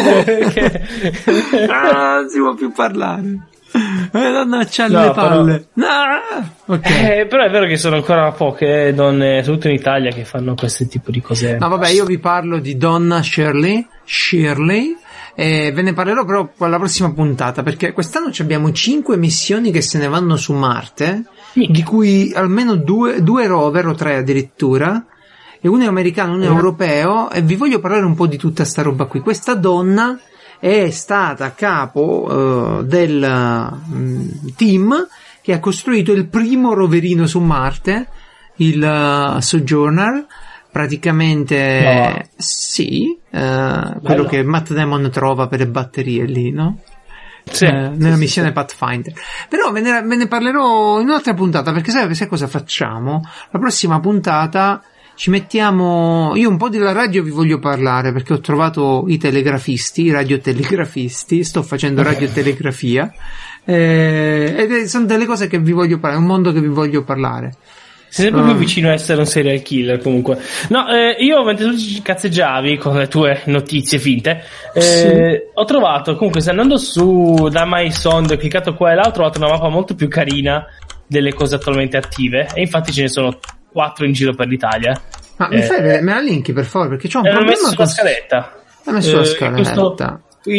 non si può più parlare. La donna c'ha le palle. Okay. Però è vero che sono ancora poche donne, soprattutto in Italia, che fanno questo tipo di cose. No, vabbè, io vi parlo di Donna Shirley, e ve ne parlerò però alla prossima puntata, perché quest'anno abbiamo 5 missioni che se ne vanno su Marte, di cui almeno 2 rover o 3 addirittura, e uno è americano, uno è europeo, e vi voglio parlare un po' di tutta sta roba qui. Questa donna è stata a capo del team che ha costruito il primo roverino su Marte, il Sojourner, praticamente sì, quello che Matt Damon trova per le batterie lì, no? Sì, nella missione Pathfinder. Però ve ne parlerò in un'altra puntata, perché sai cosa facciamo? La prossima puntata ci mettiamo, io un po' della radio vi voglio parlare, perché ho trovato i radiotelegrafisti, sto facendo radiotelegrafia, ed sono delle cose che vi voglio parlare, un mondo che vi voglio parlare. Sei sempre più vicino a essere un serial killer, comunque. No, io mentre tu cazzeggiavi con le tue notizie finte, ho trovato, comunque, se andando su da MySonde, ho cliccato qua e là, ho trovato una mappa molto più carina delle cose attualmente attive, e infatti ce ne sono 4 in giro per l'Italia. Ma mi fai vedere, me la linki per favore, perché c'ho un problema. L'ho messo sulla scaletta. L'ho messo sulla scaletta.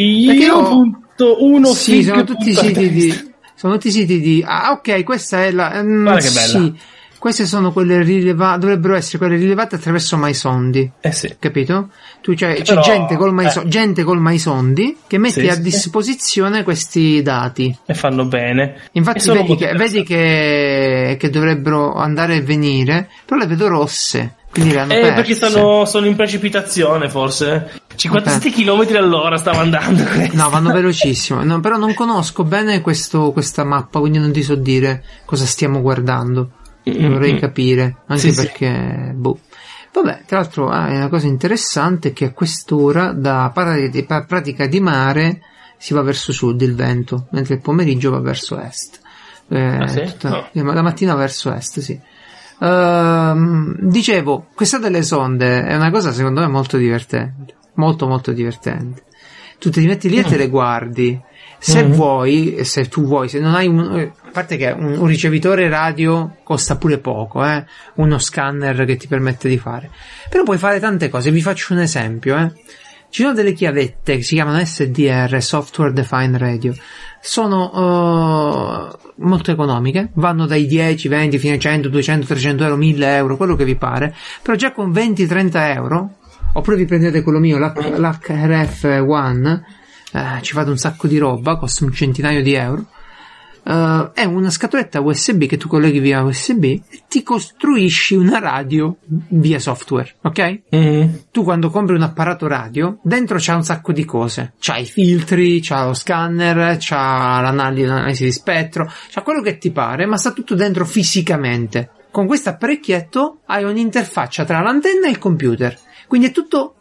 Io.1 sì, sono tutti i siti di ok, questa è la guarda che bella. Sì. Queste sono quelle dovrebbero essere quelle rilevate attraverso MySondi. Sì. Capito? C'è però, gente col MySondi che mette a disposizione questi dati. E fanno bene. Infatti vedi che dovrebbero andare e venire, però le vedo rosse. Quindi le hanno perse. Perché sono in precipitazione, forse. 57 km all'ora stava andando. No, vanno velocissimo. No, però non conosco bene questa mappa, quindi non ti so dire cosa stiamo guardando. Vorrei capire, anche perché vabbè, tra l'altro è una cosa interessante che a quest'ora da Pratica di Mare si va verso sud il vento, mentre il pomeriggio va verso est, la mattina verso est, sì. Dicevo, questa delle sonde è una cosa secondo me molto divertente, molto molto divertente. Tu ti metti lì e te le guardi. Se tu vuoi, se non hai a parte che un ricevitore radio costa pure poco, uno scanner che ti permette di fare, però puoi fare tante cose. Vi faccio un esempio, ci sono delle chiavette che si chiamano SDR, Software Defined Radio, sono molto economiche, vanno dai 10, 20 fino a 100, 200, 300 euro, 1000 euro, quello che vi pare, però già con 20-30 euro, oppure vi prendete quello mio, l'HRF One, ci fate un sacco di roba, costa un centinaio di euro, è una scatoletta USB che tu colleghi via USB e ti costruisci una radio via software, ok? Tu quando compri un apparato radio, dentro c'ha un sacco di cose, c'ha i filtri, c'ha lo scanner, c'ha l'analisi di spettro, c'ha quello che ti pare, ma sta tutto dentro fisicamente. Con questo apparecchietto hai un'interfaccia tra l'antenna e il computer, quindi è tutto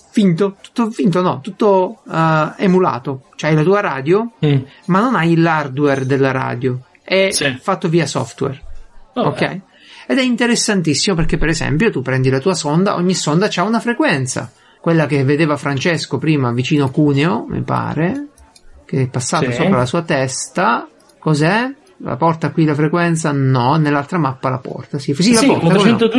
tutto emulato. C'hai la tua radio, ma non hai l'hardware della radio, è fatto via software. Ok? Ed è interessantissimo perché, per esempio, tu prendi la tua sonda, ogni sonda c'ha una frequenza. quella che vedeva Francesco prima vicino Cuneo, mi pare, che è passata sopra la sua testa. Cos'è? La porta qui la frequenza? No, nell'altra mappa la porta. Sì, la porta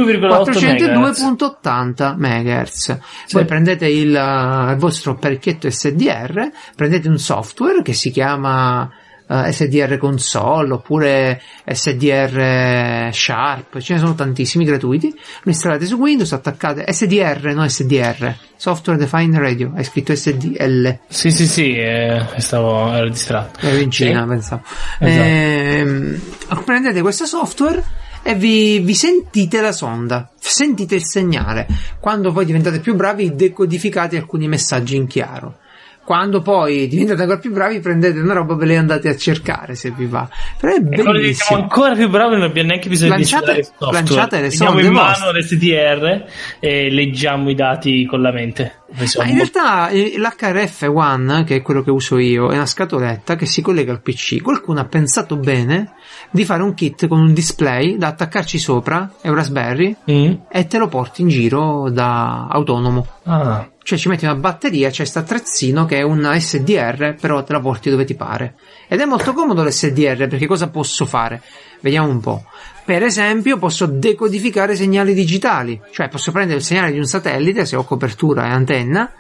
402,80 MHz. Poi prendete il vostro parecchietto SDR, prendete un software che si chiama SDR Console oppure SDR Sharp, ce ne sono tantissimi gratuiti. Lo installate su Windows, attaccate SDR, no SDR, Software Defined Radio, hai scritto SDL. Sì, ero distratto. Ero in Cina, pensavo. Esatto. Prendete questo software e vi sentite la sonda, sentite il segnale. Quando poi diventate più bravi, decodificate alcuni messaggi in chiaro. Quando poi diventate ancora più bravi, prendete una roba e ve le andate a cercare se vi va. Però è bellissimo. Quando diventiamo ancora più bravi non abbiamo neanche bisogno di installare il software. Lanciate le sonde. Teniamo in mano l'SDR e leggiamo i dati con la mente. Ma in realtà l'HRF One, che è quello che uso io, è una scatoletta che si collega al PC. Qualcuno ha pensato bene di fare un kit con un display da attaccarci sopra e un Raspberry e te lo porti in giro da autonomo. Cioè ci metti una batteria, c'è sta attrezzino che è un SDR, però te la porti dove ti pare. Ed è molto comodo l'SDR, perché cosa posso fare? Vediamo un po'. Per esempio posso decodificare segnali digitali, cioè posso prendere il segnale di un satellite se ho copertura e antenna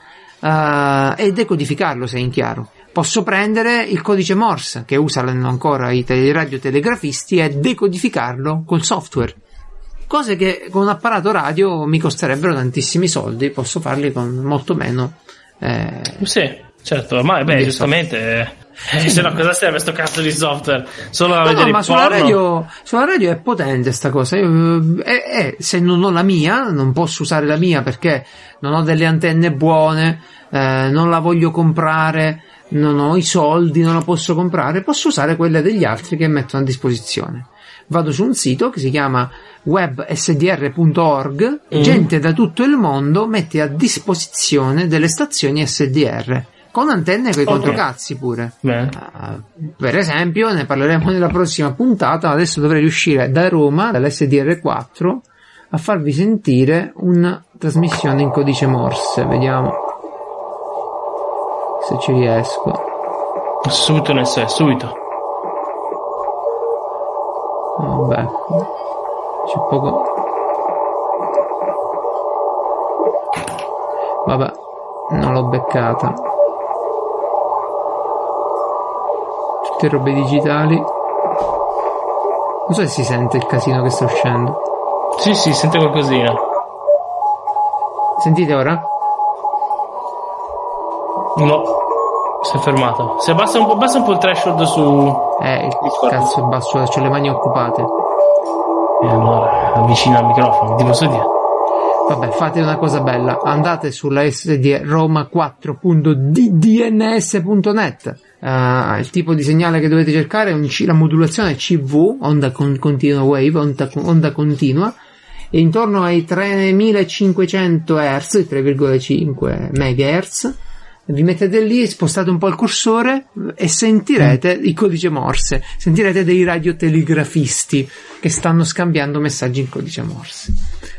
e decodificarlo se è in chiaro. Posso prendere il codice Morse che usano ancora i radiotelegrafisti e decodificarlo col software. Cose che con un apparato radio mi costerebbero tantissimi soldi, posso farli con molto meno. Sì, certo, ma giustamente. Se no, cosa serve sto cazzo di software? Solo a vedere ma sulla radio è potente sta cosa. Se non ho la mia, non posso usare la mia perché non ho delle antenne buone, non la voglio comprare, non ho i soldi, non la posso comprare. Posso usare quelle degli altri che mettono a disposizione. Vado su un sito che si chiama websdr.org e gente da tutto il mondo mette a disposizione delle stazioni SDR con antenne con i controcazzi pure. Per esempio, ne parleremo nella prossima puntata. Adesso dovrei riuscire da Roma, dall'SDR4, a farvi sentire una trasmissione in codice Morse. Vediamo se ci riesco. Subito subito. Vabbè, c'è poco. Vabbè, non l'ho beccata. Tutte robe digitali. Non so se si sente il casino che sta uscendo. Sì, sente qualcosina. Sentite ora? No, si è fermato. Se basta un po' il threshold su. Il cazzo è basso, c'ho le mani occupate. E allora avvicina al microfono, ti posso dire. Vabbè, fate una cosa bella, andate sulla SD roma4.ddns.net. Il tipo di segnale che dovete cercare è la modulazione CV, onda continua wave, onda continua, e intorno ai 3500 Hz, 3,5 MHz. Vi mettete lì, spostate un po' il cursore e sentirete il codice Morse, sentirete dei radiotelegrafisti che stanno scambiando messaggi in codice Morse.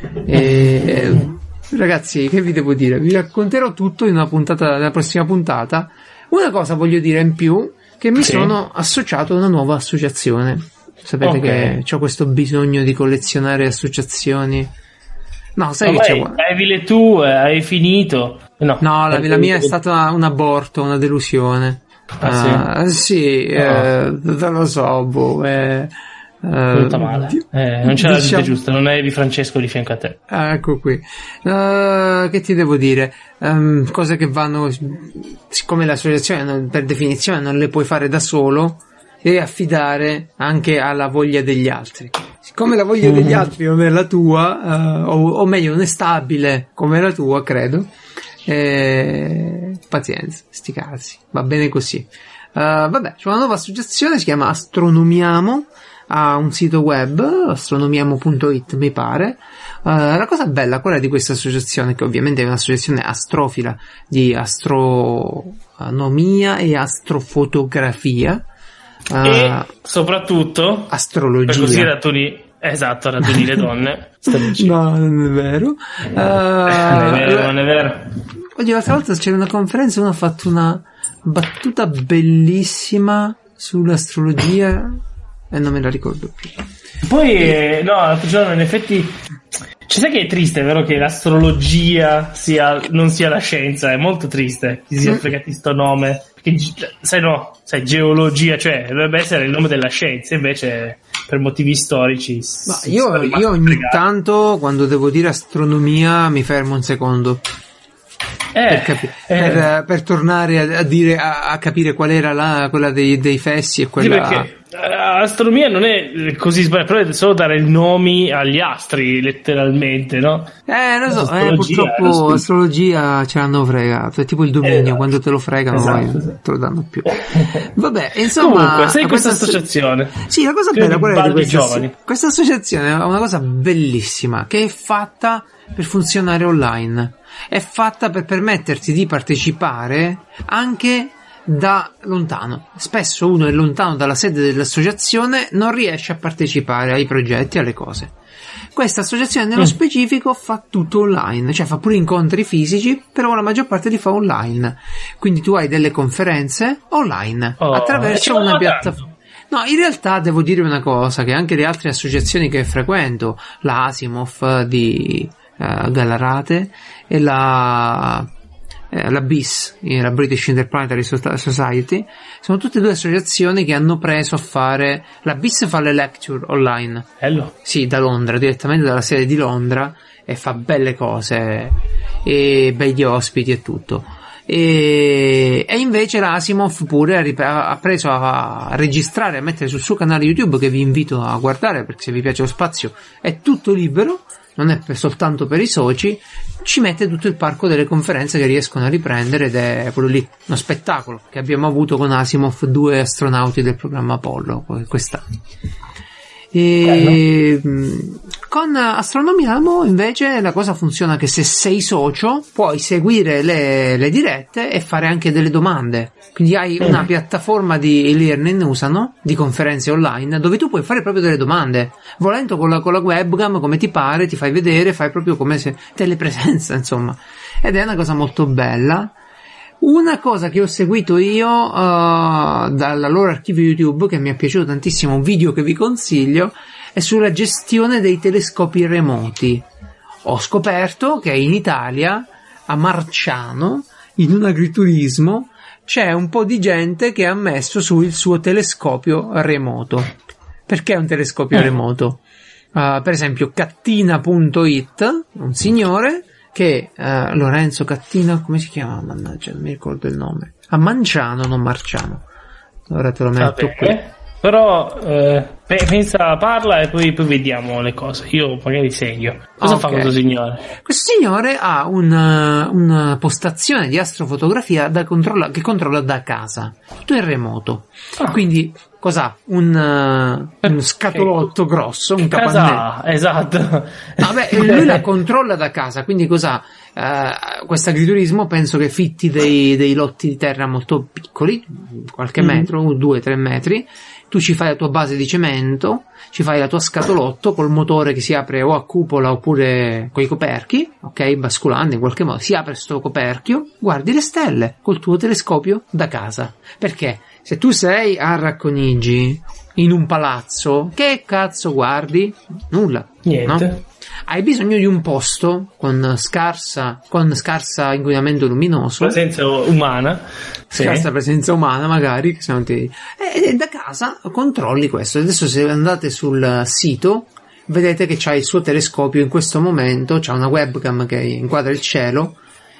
Ragazzi, che vi devo dire? Vi racconterò tutto in nella prossima puntata. Una cosa voglio dire in più, che mi sono associato a una nuova associazione. Sapete che ho questo bisogno di collezionare associazioni. No, sai che c'è? Avevi le tue, hai finito. No, la mia è stata un aborto, una delusione. Sì, non lo so, venuta male. Non c'era la gente giusta, non avevi Francesco di fianco a te. Ecco qui. Che ti devo dire? Cose che vanno, siccome l'associazione per definizione non le puoi fare da solo, devi affidare anche alla voglia degli altri. Siccome la voglia degli altri non è la tua, o meglio non è stabile come la tua, credo, pazienza, sti cazzi, va bene così. Vabbè, c'è una nuova associazione, si chiama Astronomiamo, ha un sito web, astronomiamo.it mi pare. La cosa bella quella di questa associazione, che ovviamente è un'associazione astrofila di astronomia e astrofotografia, e soprattutto astrologia, per così raduni le donne. No, non è vero. Non è vero. Oggi l'altra volta c'era una conferenza, uno ha fatto una battuta bellissima sull'astrologia e non me la ricordo più. Poi, no, l'altro giorno in effetti... sai che è triste, è vero, che l'astrologia non sia la scienza, è molto triste che si sia fregati sto nome, perché sai geologia, cioè dovrebbe essere il nome della scienza, invece per motivi storici io ogni tanto quando devo dire astronomia mi fermo un secondo per tornare a dire a capire qual era quella dei fessi e quella. Sì, perché astronomia non è così sbagliato, però è solo dare nomi agli astri letteralmente, no? Lo so, purtroppo astrologia ce l'hanno fregato, è tipo il dominio, quando te lo fregano esatto. te lo danno più. Vabbè, insomma, comunque sei questa associazione. Sì, la cosa bella quella è di questa associazione è una cosa bellissima che è fatta per funzionare online, è fatta per permetterti di partecipare anche da lontano. Spesso uno è lontano dalla sede dell'associazione, non riesce a partecipare ai progetti, alle cose. Questa associazione nello specifico fa tutto online, cioè fa pure incontri fisici, però la maggior parte li fa online. Quindi tu hai delle conferenze online attraverso una piattaforma. No, in realtà devo dire una cosa, che anche le altre associazioni che frequento, la Asimov di Gallarate e la BIS, la British Interplanetary Society, sono tutte e due associazioni che hanno preso a fare. La BIS fa le lecture online. Bello. Sì, da Londra, direttamente dalla sede di Londra, e fa belle cose e begli ospiti e tutto. E invece la Asimov pure ha preso a registrare, a mettere sul suo canale YouTube, che vi invito a guardare perché se vi piace lo spazio è tutto libero, non è soltanto per i soci, ci mette tutto il parco delle conferenze che riescono a riprendere, ed è quello lì, uno spettacolo che abbiamo avuto con Asimov, 2 astronauti del programma Apollo quest'anno. E con Astronomiamo invece la cosa funziona che se sei socio puoi seguire le dirette e fare anche delle domande, quindi hai una piattaforma di e-learning, usano, di conferenze online, dove tu puoi fare proprio delle domande, volendo con la webcam, come ti pare, ti fai vedere, fai proprio come se telepresenza, insomma, ed è una cosa molto bella. Una cosa che ho seguito io dal loro archivio YouTube, che mi è piaciuto tantissimo, un video che vi consiglio, è sulla gestione dei telescopi remoti. Ho scoperto che in Italia, a Marciano, in un agriturismo, c'è un po' di gente che ha messo su il suo telescopio remoto. Perché un telescopio remoto? Per esempio Cattina.it, un signore che Lorenzo Cattina, come si chiama? Mannaggia, non mi ricordo il nome. A Manciano, non Marciano. Ora te lo metto qui. Però pensa, parla e poi vediamo le cose. Io magari segno. Cosa fa questo signore? Questo signore ha una postazione di astrofotografia che controlla da casa, tutto in remoto. Quindi cos'ha? Un scatolotto grosso, un capannello. Esatto. Vabbè, lui la controlla da casa, quindi cos'ha? Questo agriturismo penso che fitti dei lotti di terra molto piccoli, qualche metro, 2-3 metri. Tu ci fai la tua base di cemento, ci fai la tua scatolotto col motore che si apre o a cupola oppure coi coperchi, ok, basculando in qualche modo, si apre sto coperchio, guardi le stelle col tuo telescopio da casa. Perché se tu sei a Racconigi, in un palazzo, che cazzo guardi? Nulla. Niente. No? Hai bisogno di un posto con scarsa inquinamento luminoso, presenza umana, scarsa presenza umana magari, che se non ti... e da casa controlli questo. Adesso se andate sul sito vedete che c'ha il suo telescopio in questo momento, c'ha una webcam che inquadra il cielo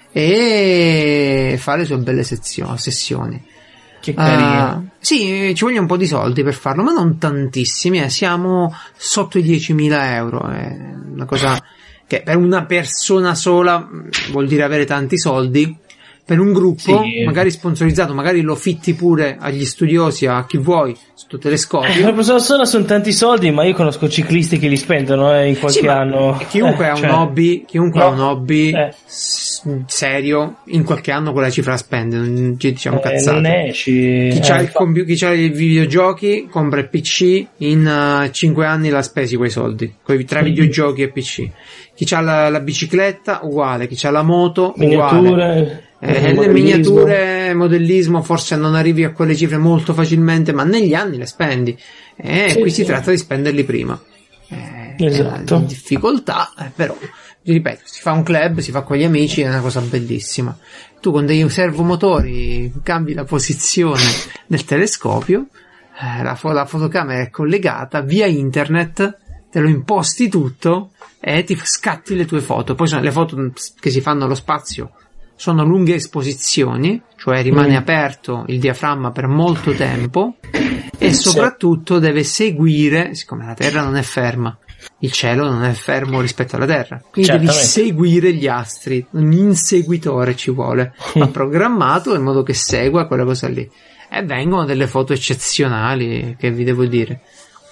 e fa le sue belle sessioni. Che carino. Sì, ci vogliono un po' di soldi per farlo, ma non tantissimi, siamo sotto i 10.000 euro, è una cosa che per una persona sola vuol dire avere tanti soldi, per un gruppo, sì, magari sponsorizzato, magari lo fitti pure agli studiosi, a chi vuoi, sto telescopio. La persona sono tanti soldi, ma io conosco ciclisti che li spendono in qualche anno. Chiunque ha un hobby, ha un hobby serio, in qualche anno quella cifra la spende, non ci diciamo cazzate. Chi c'ha i videogiochi compra il PC, in 5 anni l'ha spesi quei soldi, tra videogiochi e PC. Chi c'ha la bicicletta, uguale. Chi c'ha la moto, uguale. Le miniature, modellismo, forse non arrivi a quelle cifre molto facilmente, ma negli anni le spendi. Qui si tratta di spenderli prima. Esatto. È difficoltà, però, ripeto, si fa un club, si fa con gli amici, è una cosa bellissima. Tu con dei servomotori cambi la posizione del telescopio, la fotocamera è collegata via internet, te lo imposti tutto e ti scatti le tue foto. Poi sono le foto che si fanno allo spazio, sono lunghe esposizioni, cioè rimane aperto il diaframma per molto tempo e soprattutto deve seguire, siccome la Terra non è ferma, il cielo non è fermo rispetto alla Terra, quindi devi seguire gli astri, un inseguitore ci vuole, ma programmato in modo che segua quella cosa lì, e vengono delle foto eccezionali, che vi devo dire.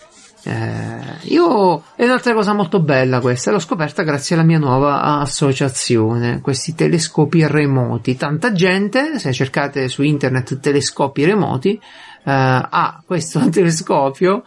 Io è un'altra cosa molto bella questa, l'ho scoperta grazie alla mia nuova associazione, questi telescopi remoti. Tanta gente, se cercate su internet telescopi remoti, ha questo telescopio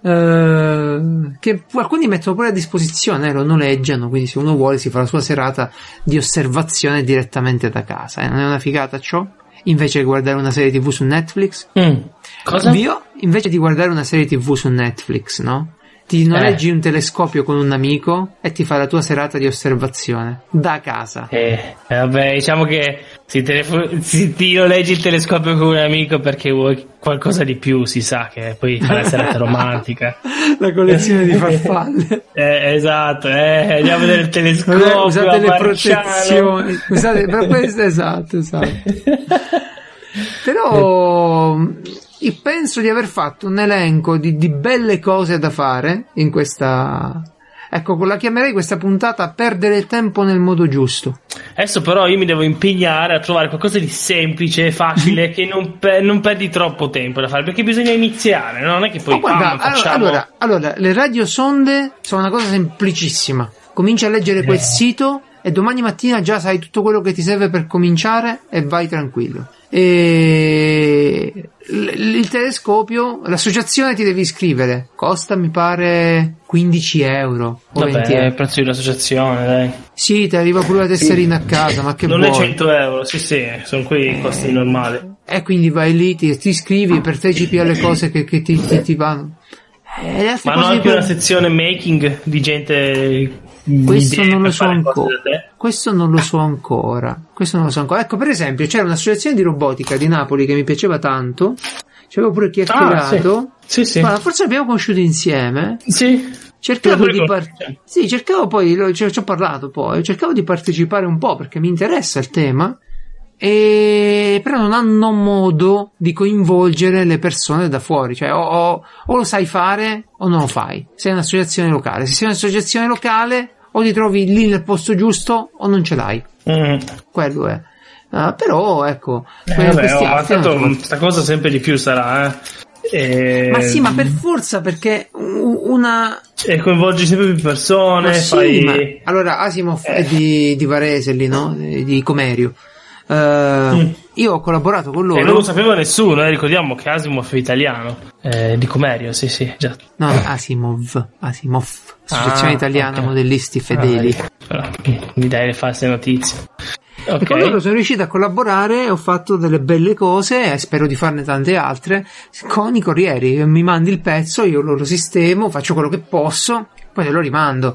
che alcuni mettono pure a disposizione, lo noleggiano, quindi se uno vuole si fa la sua serata di osservazione direttamente da casa. Non è una figata ciò? Invece di guardare una serie TV su Netflix, cosa? Io invece di guardare una serie TV su Netflix, no? Ti noleggi un telescopio con un amico e ti fai la tua serata di osservazione da casa. Vabbè, diciamo che ti noleggi il telescopio con un amico perché vuoi qualcosa di più, si sa che poi fai la serata romantica. La collezione di farfalle. Esatto, andiamo a vedere il telescopio. Usate le protezioni. Usate per questo, esatto. Però io penso di aver fatto un elenco di belle cose da fare in questa... Ecco, la chiamerei questa puntata perdere il tempo nel modo giusto. Adesso però io mi devo impegnare a trovare qualcosa di semplice, facile, che non perdi troppo tempo da fare, perché bisogna iniziare, no? Non è che poi facciamo... Allora, le radiosonde sono una cosa semplicissima. Cominci a leggere quel sito e domani mattina già sai tutto quello che ti serve per cominciare e vai tranquillo. E il telescopio, l'associazione ti devi iscrivere, costa mi pare 15 euro o 20 euro. È il prezzo di un'associazione, dai. Sì, ti arriva pure la tesserina a casa, ma che non vuoi? È 100 euro, sì, sono quei costi normali. E quindi vai lì, ti iscrivi e partecipi alle cose che ti vanno. Ma hanno anche una sezione making di gente... Questo non lo so ancora. Ecco, per esempio, c'era un'associazione di robotica di Napoli che mi piaceva tanto. Ci avevo pure chiacchierato. Sì. Ma forse l'abbiamo conosciuto insieme. Sì. Cercavo poi, ci ho parlato poi. Cercavo di partecipare un po' perché mi interessa il tema. Però non hanno modo di coinvolgere le persone da fuori, cioè o lo sai fare o non lo fai. Sei un'associazione locale, se sei un'associazione locale o ti trovi lì nel posto giusto o non ce l'hai. Quello è. Però ecco, questa cosa sempre di più sarà. Ma sì, ma per forza, perché e coinvolgi sempre più persone. Allora Asimov è di Varese lì, no? Di Comerio. Io ho collaborato con loro. E non lo sapeva nessuno, ricordiamo che Asimov è italiano, di Comerio, sì, già. No, Asimov, Associazione Italiana Modellisti Fedeli. Però, mi dai le false notizie. E con loro sono riuscito a collaborare, ho fatto delle belle cose e spero di farne tante altre con i corrieri. Mi mandi il pezzo, io lo sistemo, faccio quello che posso, poi te lo rimando.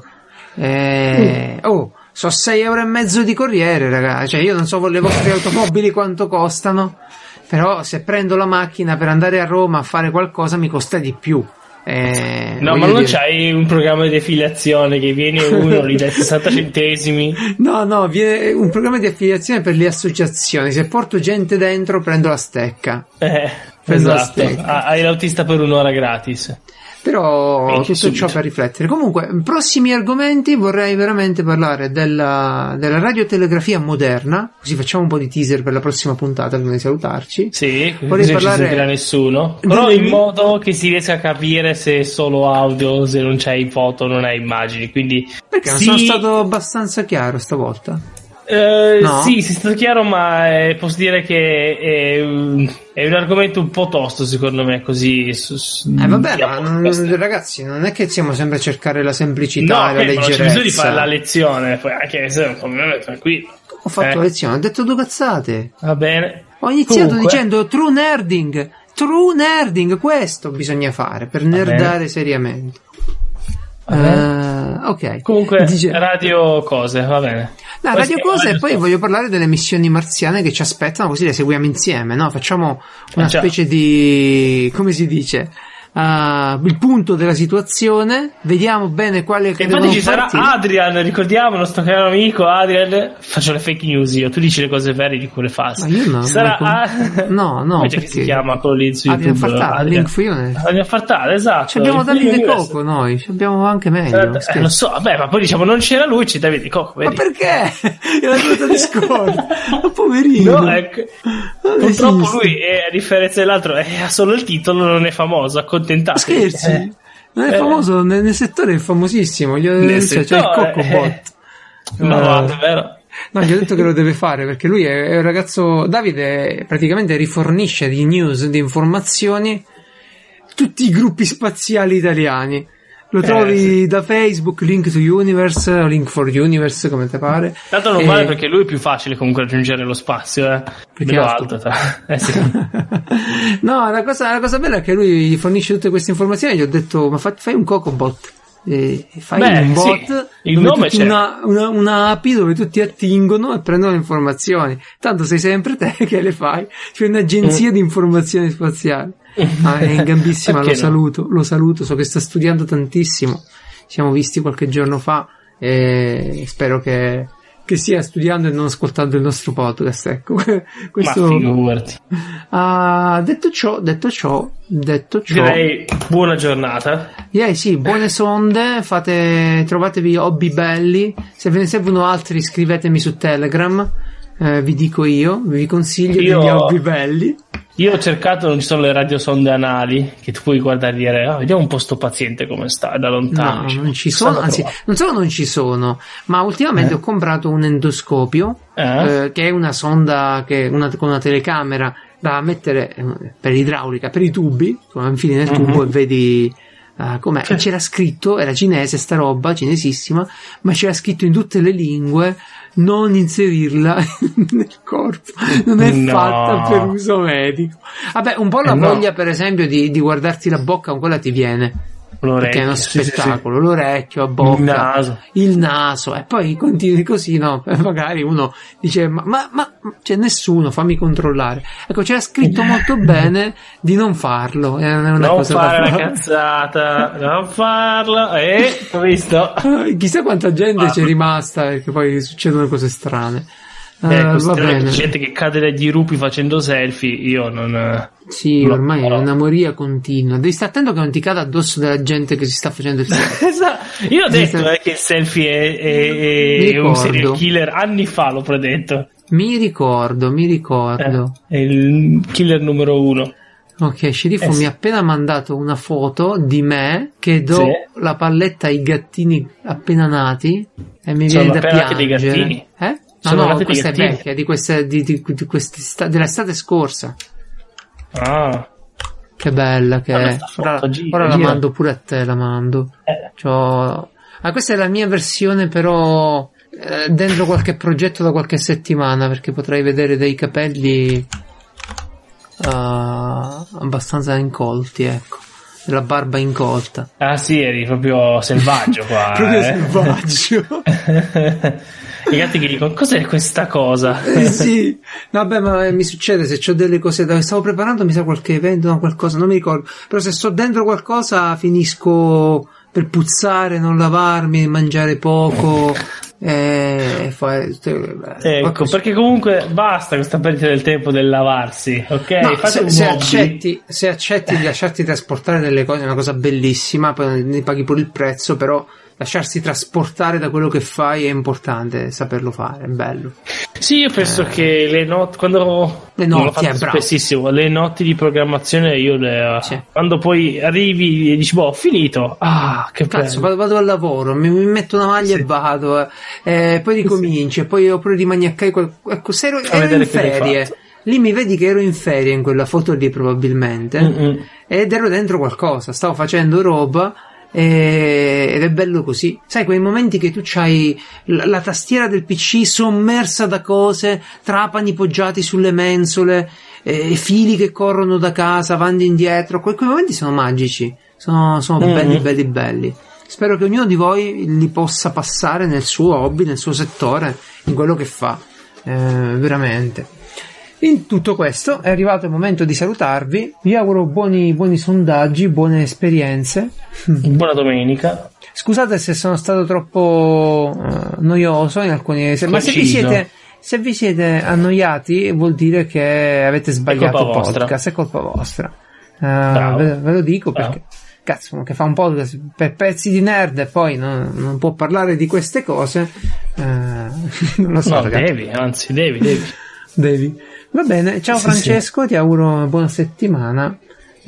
So 6,5 euro di corriere, ragazzi. Cioè, io non so le vostre automobili quanto costano, però se prendo la macchina per andare a Roma a fare qualcosa mi costa di più. No, ma non c'hai un programma di affiliazione che viene uno, gli dai 60 centesimi? No, viene un programma di affiliazione per le associazioni. Se porto gente dentro prendo la stecca. Esatto. Hai l'autista per un'ora gratis. Però tutto ciò per riflettere. Comunque, prossimi argomenti, vorrei veramente parlare della radiotelegrafia moderna, così facciamo un po' di teaser per la prossima puntata prima di salutarci. Sì, vorrei così parlare, non ci sentirà nessuno, però in modo che si riesca a capire se è solo audio, se non c'hai foto, non hai immagini, quindi perché non sono stato abbastanza chiaro stavolta? No? Sì, sei stato chiaro, ma posso dire che è un argomento un po' tosto, secondo me, così. Vabbè, ma ragazzi, non è che siamo sempre a cercare la semplicità e la leggerezza. Non c'è bisogno di fare la lezione, poi anche se come tranquillo. Ho fatto la lezione, ho detto due cazzate. Va bene. Ho iniziato dicendo true nerding, questo bisogna fare per nerdare seriamente. Ok. Comunque, radio cose, va bene. No, radio cose, e poi voglio parlare delle missioni marziane che ci aspettano, così le seguiamo insieme, no? Facciamo una specie di, come si dice, il punto della situazione, vediamo bene quale che devono ci sarà Adrian, ricordiamo il nostro caro amico Adrian. Faccio le fake news io, tu dici le cose vere, dico le false. Ma io no, no, perché si chiama quello lì su Adrian YouTube? Fartale, Link Fury. Adrian Fartale, esatto. Ci abbiamo Davide Coco noi, ci abbiamo anche meglio. Lo so, vabbè, ma poi diciamo non c'era lui, c'è Davide Coco, vedi? Ma perché? È la cosa di scorda. Ma poverino. No, purtroppo lui, a differenza dell'altro, ha solo il titolo, non è famoso, accontentatevi. Scherzi? Non è famoso, nel settore è famosissimo. C'è il Cocobot. No, davvero. No, gli ho detto che lo deve fare perché lui è un ragazzo. Davide praticamente rifornisce di news, di informazioni tutti i gruppi spaziali italiani. Lo trovi da Facebook, Link to Universe, Link for Universe, come te pare. Tanto non vale perché lui è più facile comunque raggiungere lo spazio, perché è alto. Sì. No, la cosa bella è che lui fornisce tutte queste informazioni. Gli ho detto, ma fai un Cocobot. Fai un bot, sì, il nome c'è. Una API dove tutti attingono e prendono le informazioni. Tanto sei sempre te che le fai. C'è un'agenzia di informazioni spaziali. È in gambissima, lo saluto, so che sta studiando tantissimo. Ci siamo visti qualche giorno fa e spero che stia studiando e non ascoltando il nostro podcast, ecco. Questo. Ma figurati. Detto ciò, direi buona giornata. Sì, buone sonde, trovatevi hobby belli. Se ve ne servono altri scrivetemi su Telegram, vi consiglio degli hobby belli. Io ho cercato, non ci sono le radiosonde anali che tu puoi guardare e dire vediamo un po' sto paziente come sta da lontano. No, non ci sono, anzi non solo non ci sono, ma ultimamente ho comprato un endoscopio che è una sonda con una telecamera da mettere per idraulica, per i tubi, infili nel tubo e vedi com'è. C'era scritto, era cinese sta roba, cinesissima, ma c'era scritto in tutte le lingue non inserirla nel corpo, non è fatta per uso medico. Vabbè, un po' la voglia per esempio di guardarti la bocca, con quella ti viene, perché è uno spettacolo, sì. L'orecchio, la bocca, il naso, e poi continui così, no? Magari uno dice ma c'è nessuno, fammi controllare. Ecco, c'era scritto molto bene di non farlo, è una non cosa fare la cazzata, non farlo, ho visto. Chissà quanta gente c'è rimasta, perché poi succedono cose strane. Va bene. Gente che cade dai dirupi facendo selfie, io non. Sì, ormai è una moria continua. Devi stare attento che non ti cada addosso della gente che si sta facendo il selfie. Esatto. Io ho detto che il selfie è un serial killer, anni fa l'ho predetto. Mi ricordo. È il killer numero 1. Ok, Sceriffo mi ha appena mandato una foto di me che do la palletta ai gattini appena nati e mi viene da piangere. Dei gattini? No, questa è vecchia, dell'estate scorsa. Che bella che è. Ora la mando pure a te, la mando. Questa è la mia versione, però dentro qualche progetto da qualche settimana, perché potrai vedere dei capelli abbastanza incolti, ecco. La barba incolta. Sì, eri proprio selvaggio qua. Proprio selvaggio. I gatti che dicono cos'è questa cosa? Sì, vabbè, ma mi succede se c'ho delle cose stavo preparando, mi sa qualche evento, qualcosa, non mi ricordo, però se sto dentro qualcosa finisco per puzzare, non lavarmi, mangiare poco, ecco, perché comunque basta questa perdita del tempo del lavarsi, ok? No, se accetti di lasciarti trasportare delle cose è una cosa bellissima, poi ne paghi pure il prezzo, però lasciarsi trasportare da quello che fai è importante saperlo fare, è bello. Sì, io penso che le notti, quando spessissimo, le notti di programmazione io quando poi arrivi e dici ho finito, che cazzo, vado al lavoro, mi metto una maglia e vado, poi ricominci, e poi oppure rimani a casa, ecco, se ero in ferie, lì mi vedi che ero in ferie in quella foto lì probabilmente, ed ero dentro qualcosa, stavo facendo roba. Ed è bello così, sai, quei momenti che tu c'hai la tastiera del PC sommersa da cose, trapani poggiati sulle mensole, fili che corrono da casa avanti e indietro, quei momenti sono magici, sono belli. Spero che ognuno di voi li possa passare nel suo hobby, nel suo settore, in quello che fa, veramente. In tutto questo è arrivato il momento di salutarvi. Vi auguro buoni sondaggi, buone esperienze. Buona domenica. Scusate se sono stato troppo noioso in alcuni, ma se vi siete annoiati vuol dire che avete sbagliato il podcast, è colpa vostra. Ve lo dico perché cazzo, uno che fa un podcast per pezzi di nerd e poi non può parlare di queste cose, non lo so. No, ragazzi. Devi. Va bene, ciao Francesco, ti auguro una buona settimana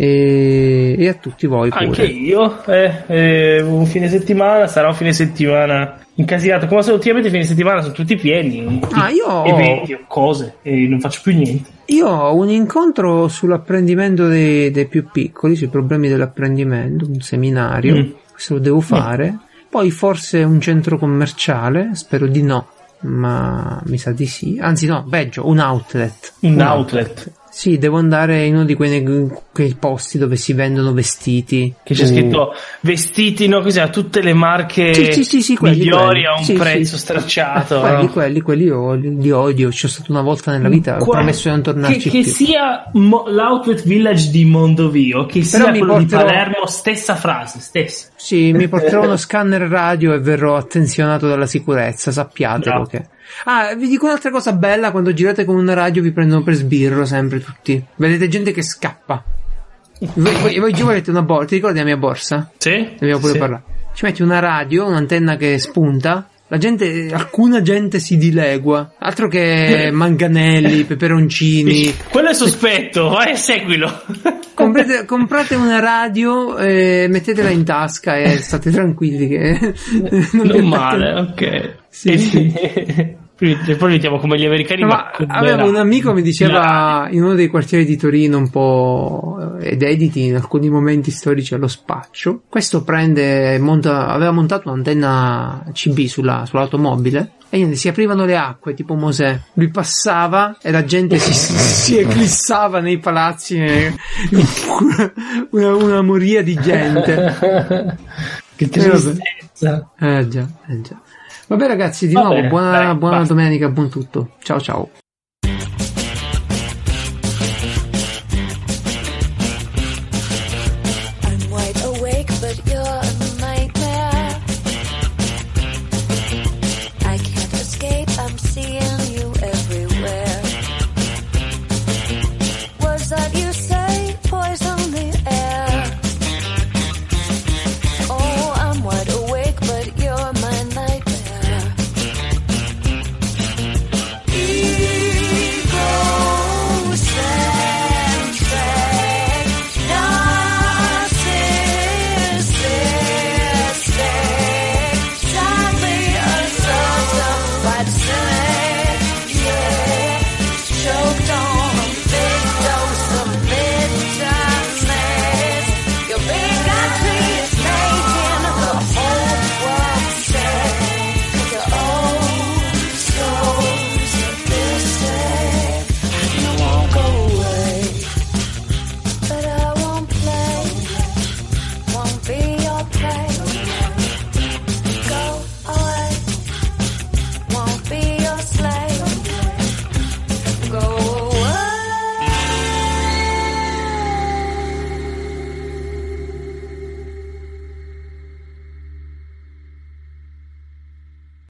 e a tutti voi pure. Anche io, un fine settimana, sarà un fine settimana incasinato, come se ultimamente i fine settimana sono tutti pieni, io eventi o cose e non faccio più niente. Io ho un incontro sull'apprendimento dei più piccoli, sui problemi dell'apprendimento, un seminario, questo lo devo fare, poi forse un centro commerciale, spero di no. Ma mi sa di sì, anzi no, peggio, un outlet. Sì, devo andare in uno di quei posti dove si vendono vestiti. Che c'è scritto vestiti, no? Così, a tutte le marche migliori a un prezzo stracciato. Quelli li odio. C'è stato una volta nella vita, ho promesso di non tornarci più. Che sia l'Outlet Village di Mondovio, che sia quello di Palermo, stessa frase, stessa. Sì, mi porterò uno scanner radio e verrò attenzionato dalla sicurezza, sappiatelo che... vi dico un'altra cosa bella: quando girate con una radio vi prendono per sbirro sempre tutti, vedete gente che scappa. Voi avete una borsa, ti ricordi la mia borsa? Sì. Dobbiamo pure parlare. Ci metti una radio, un'antenna che spunta, alcuna gente si dilegua, altro che manganelli, peperoncini. Quello è sospetto, vai e seguilo. Comprate una radio, mettetela in tasca e state tranquilli che non male, ok. Sì. Poi diventiamo come gli americani. Ma avevo un amico mi diceva in uno dei quartieri di Torino un po' ed editi in alcuni momenti storici allo spaccio, questo aveva montato un'antenna CB sull'automobile e niente, si aprivano le acque tipo Mosè, lui passava e la gente si eclissava nei palazzi, una moria di gente. Che tristezza. Già. Vabbè ragazzi, di nuovo buona domenica, buon tutto. Ciao.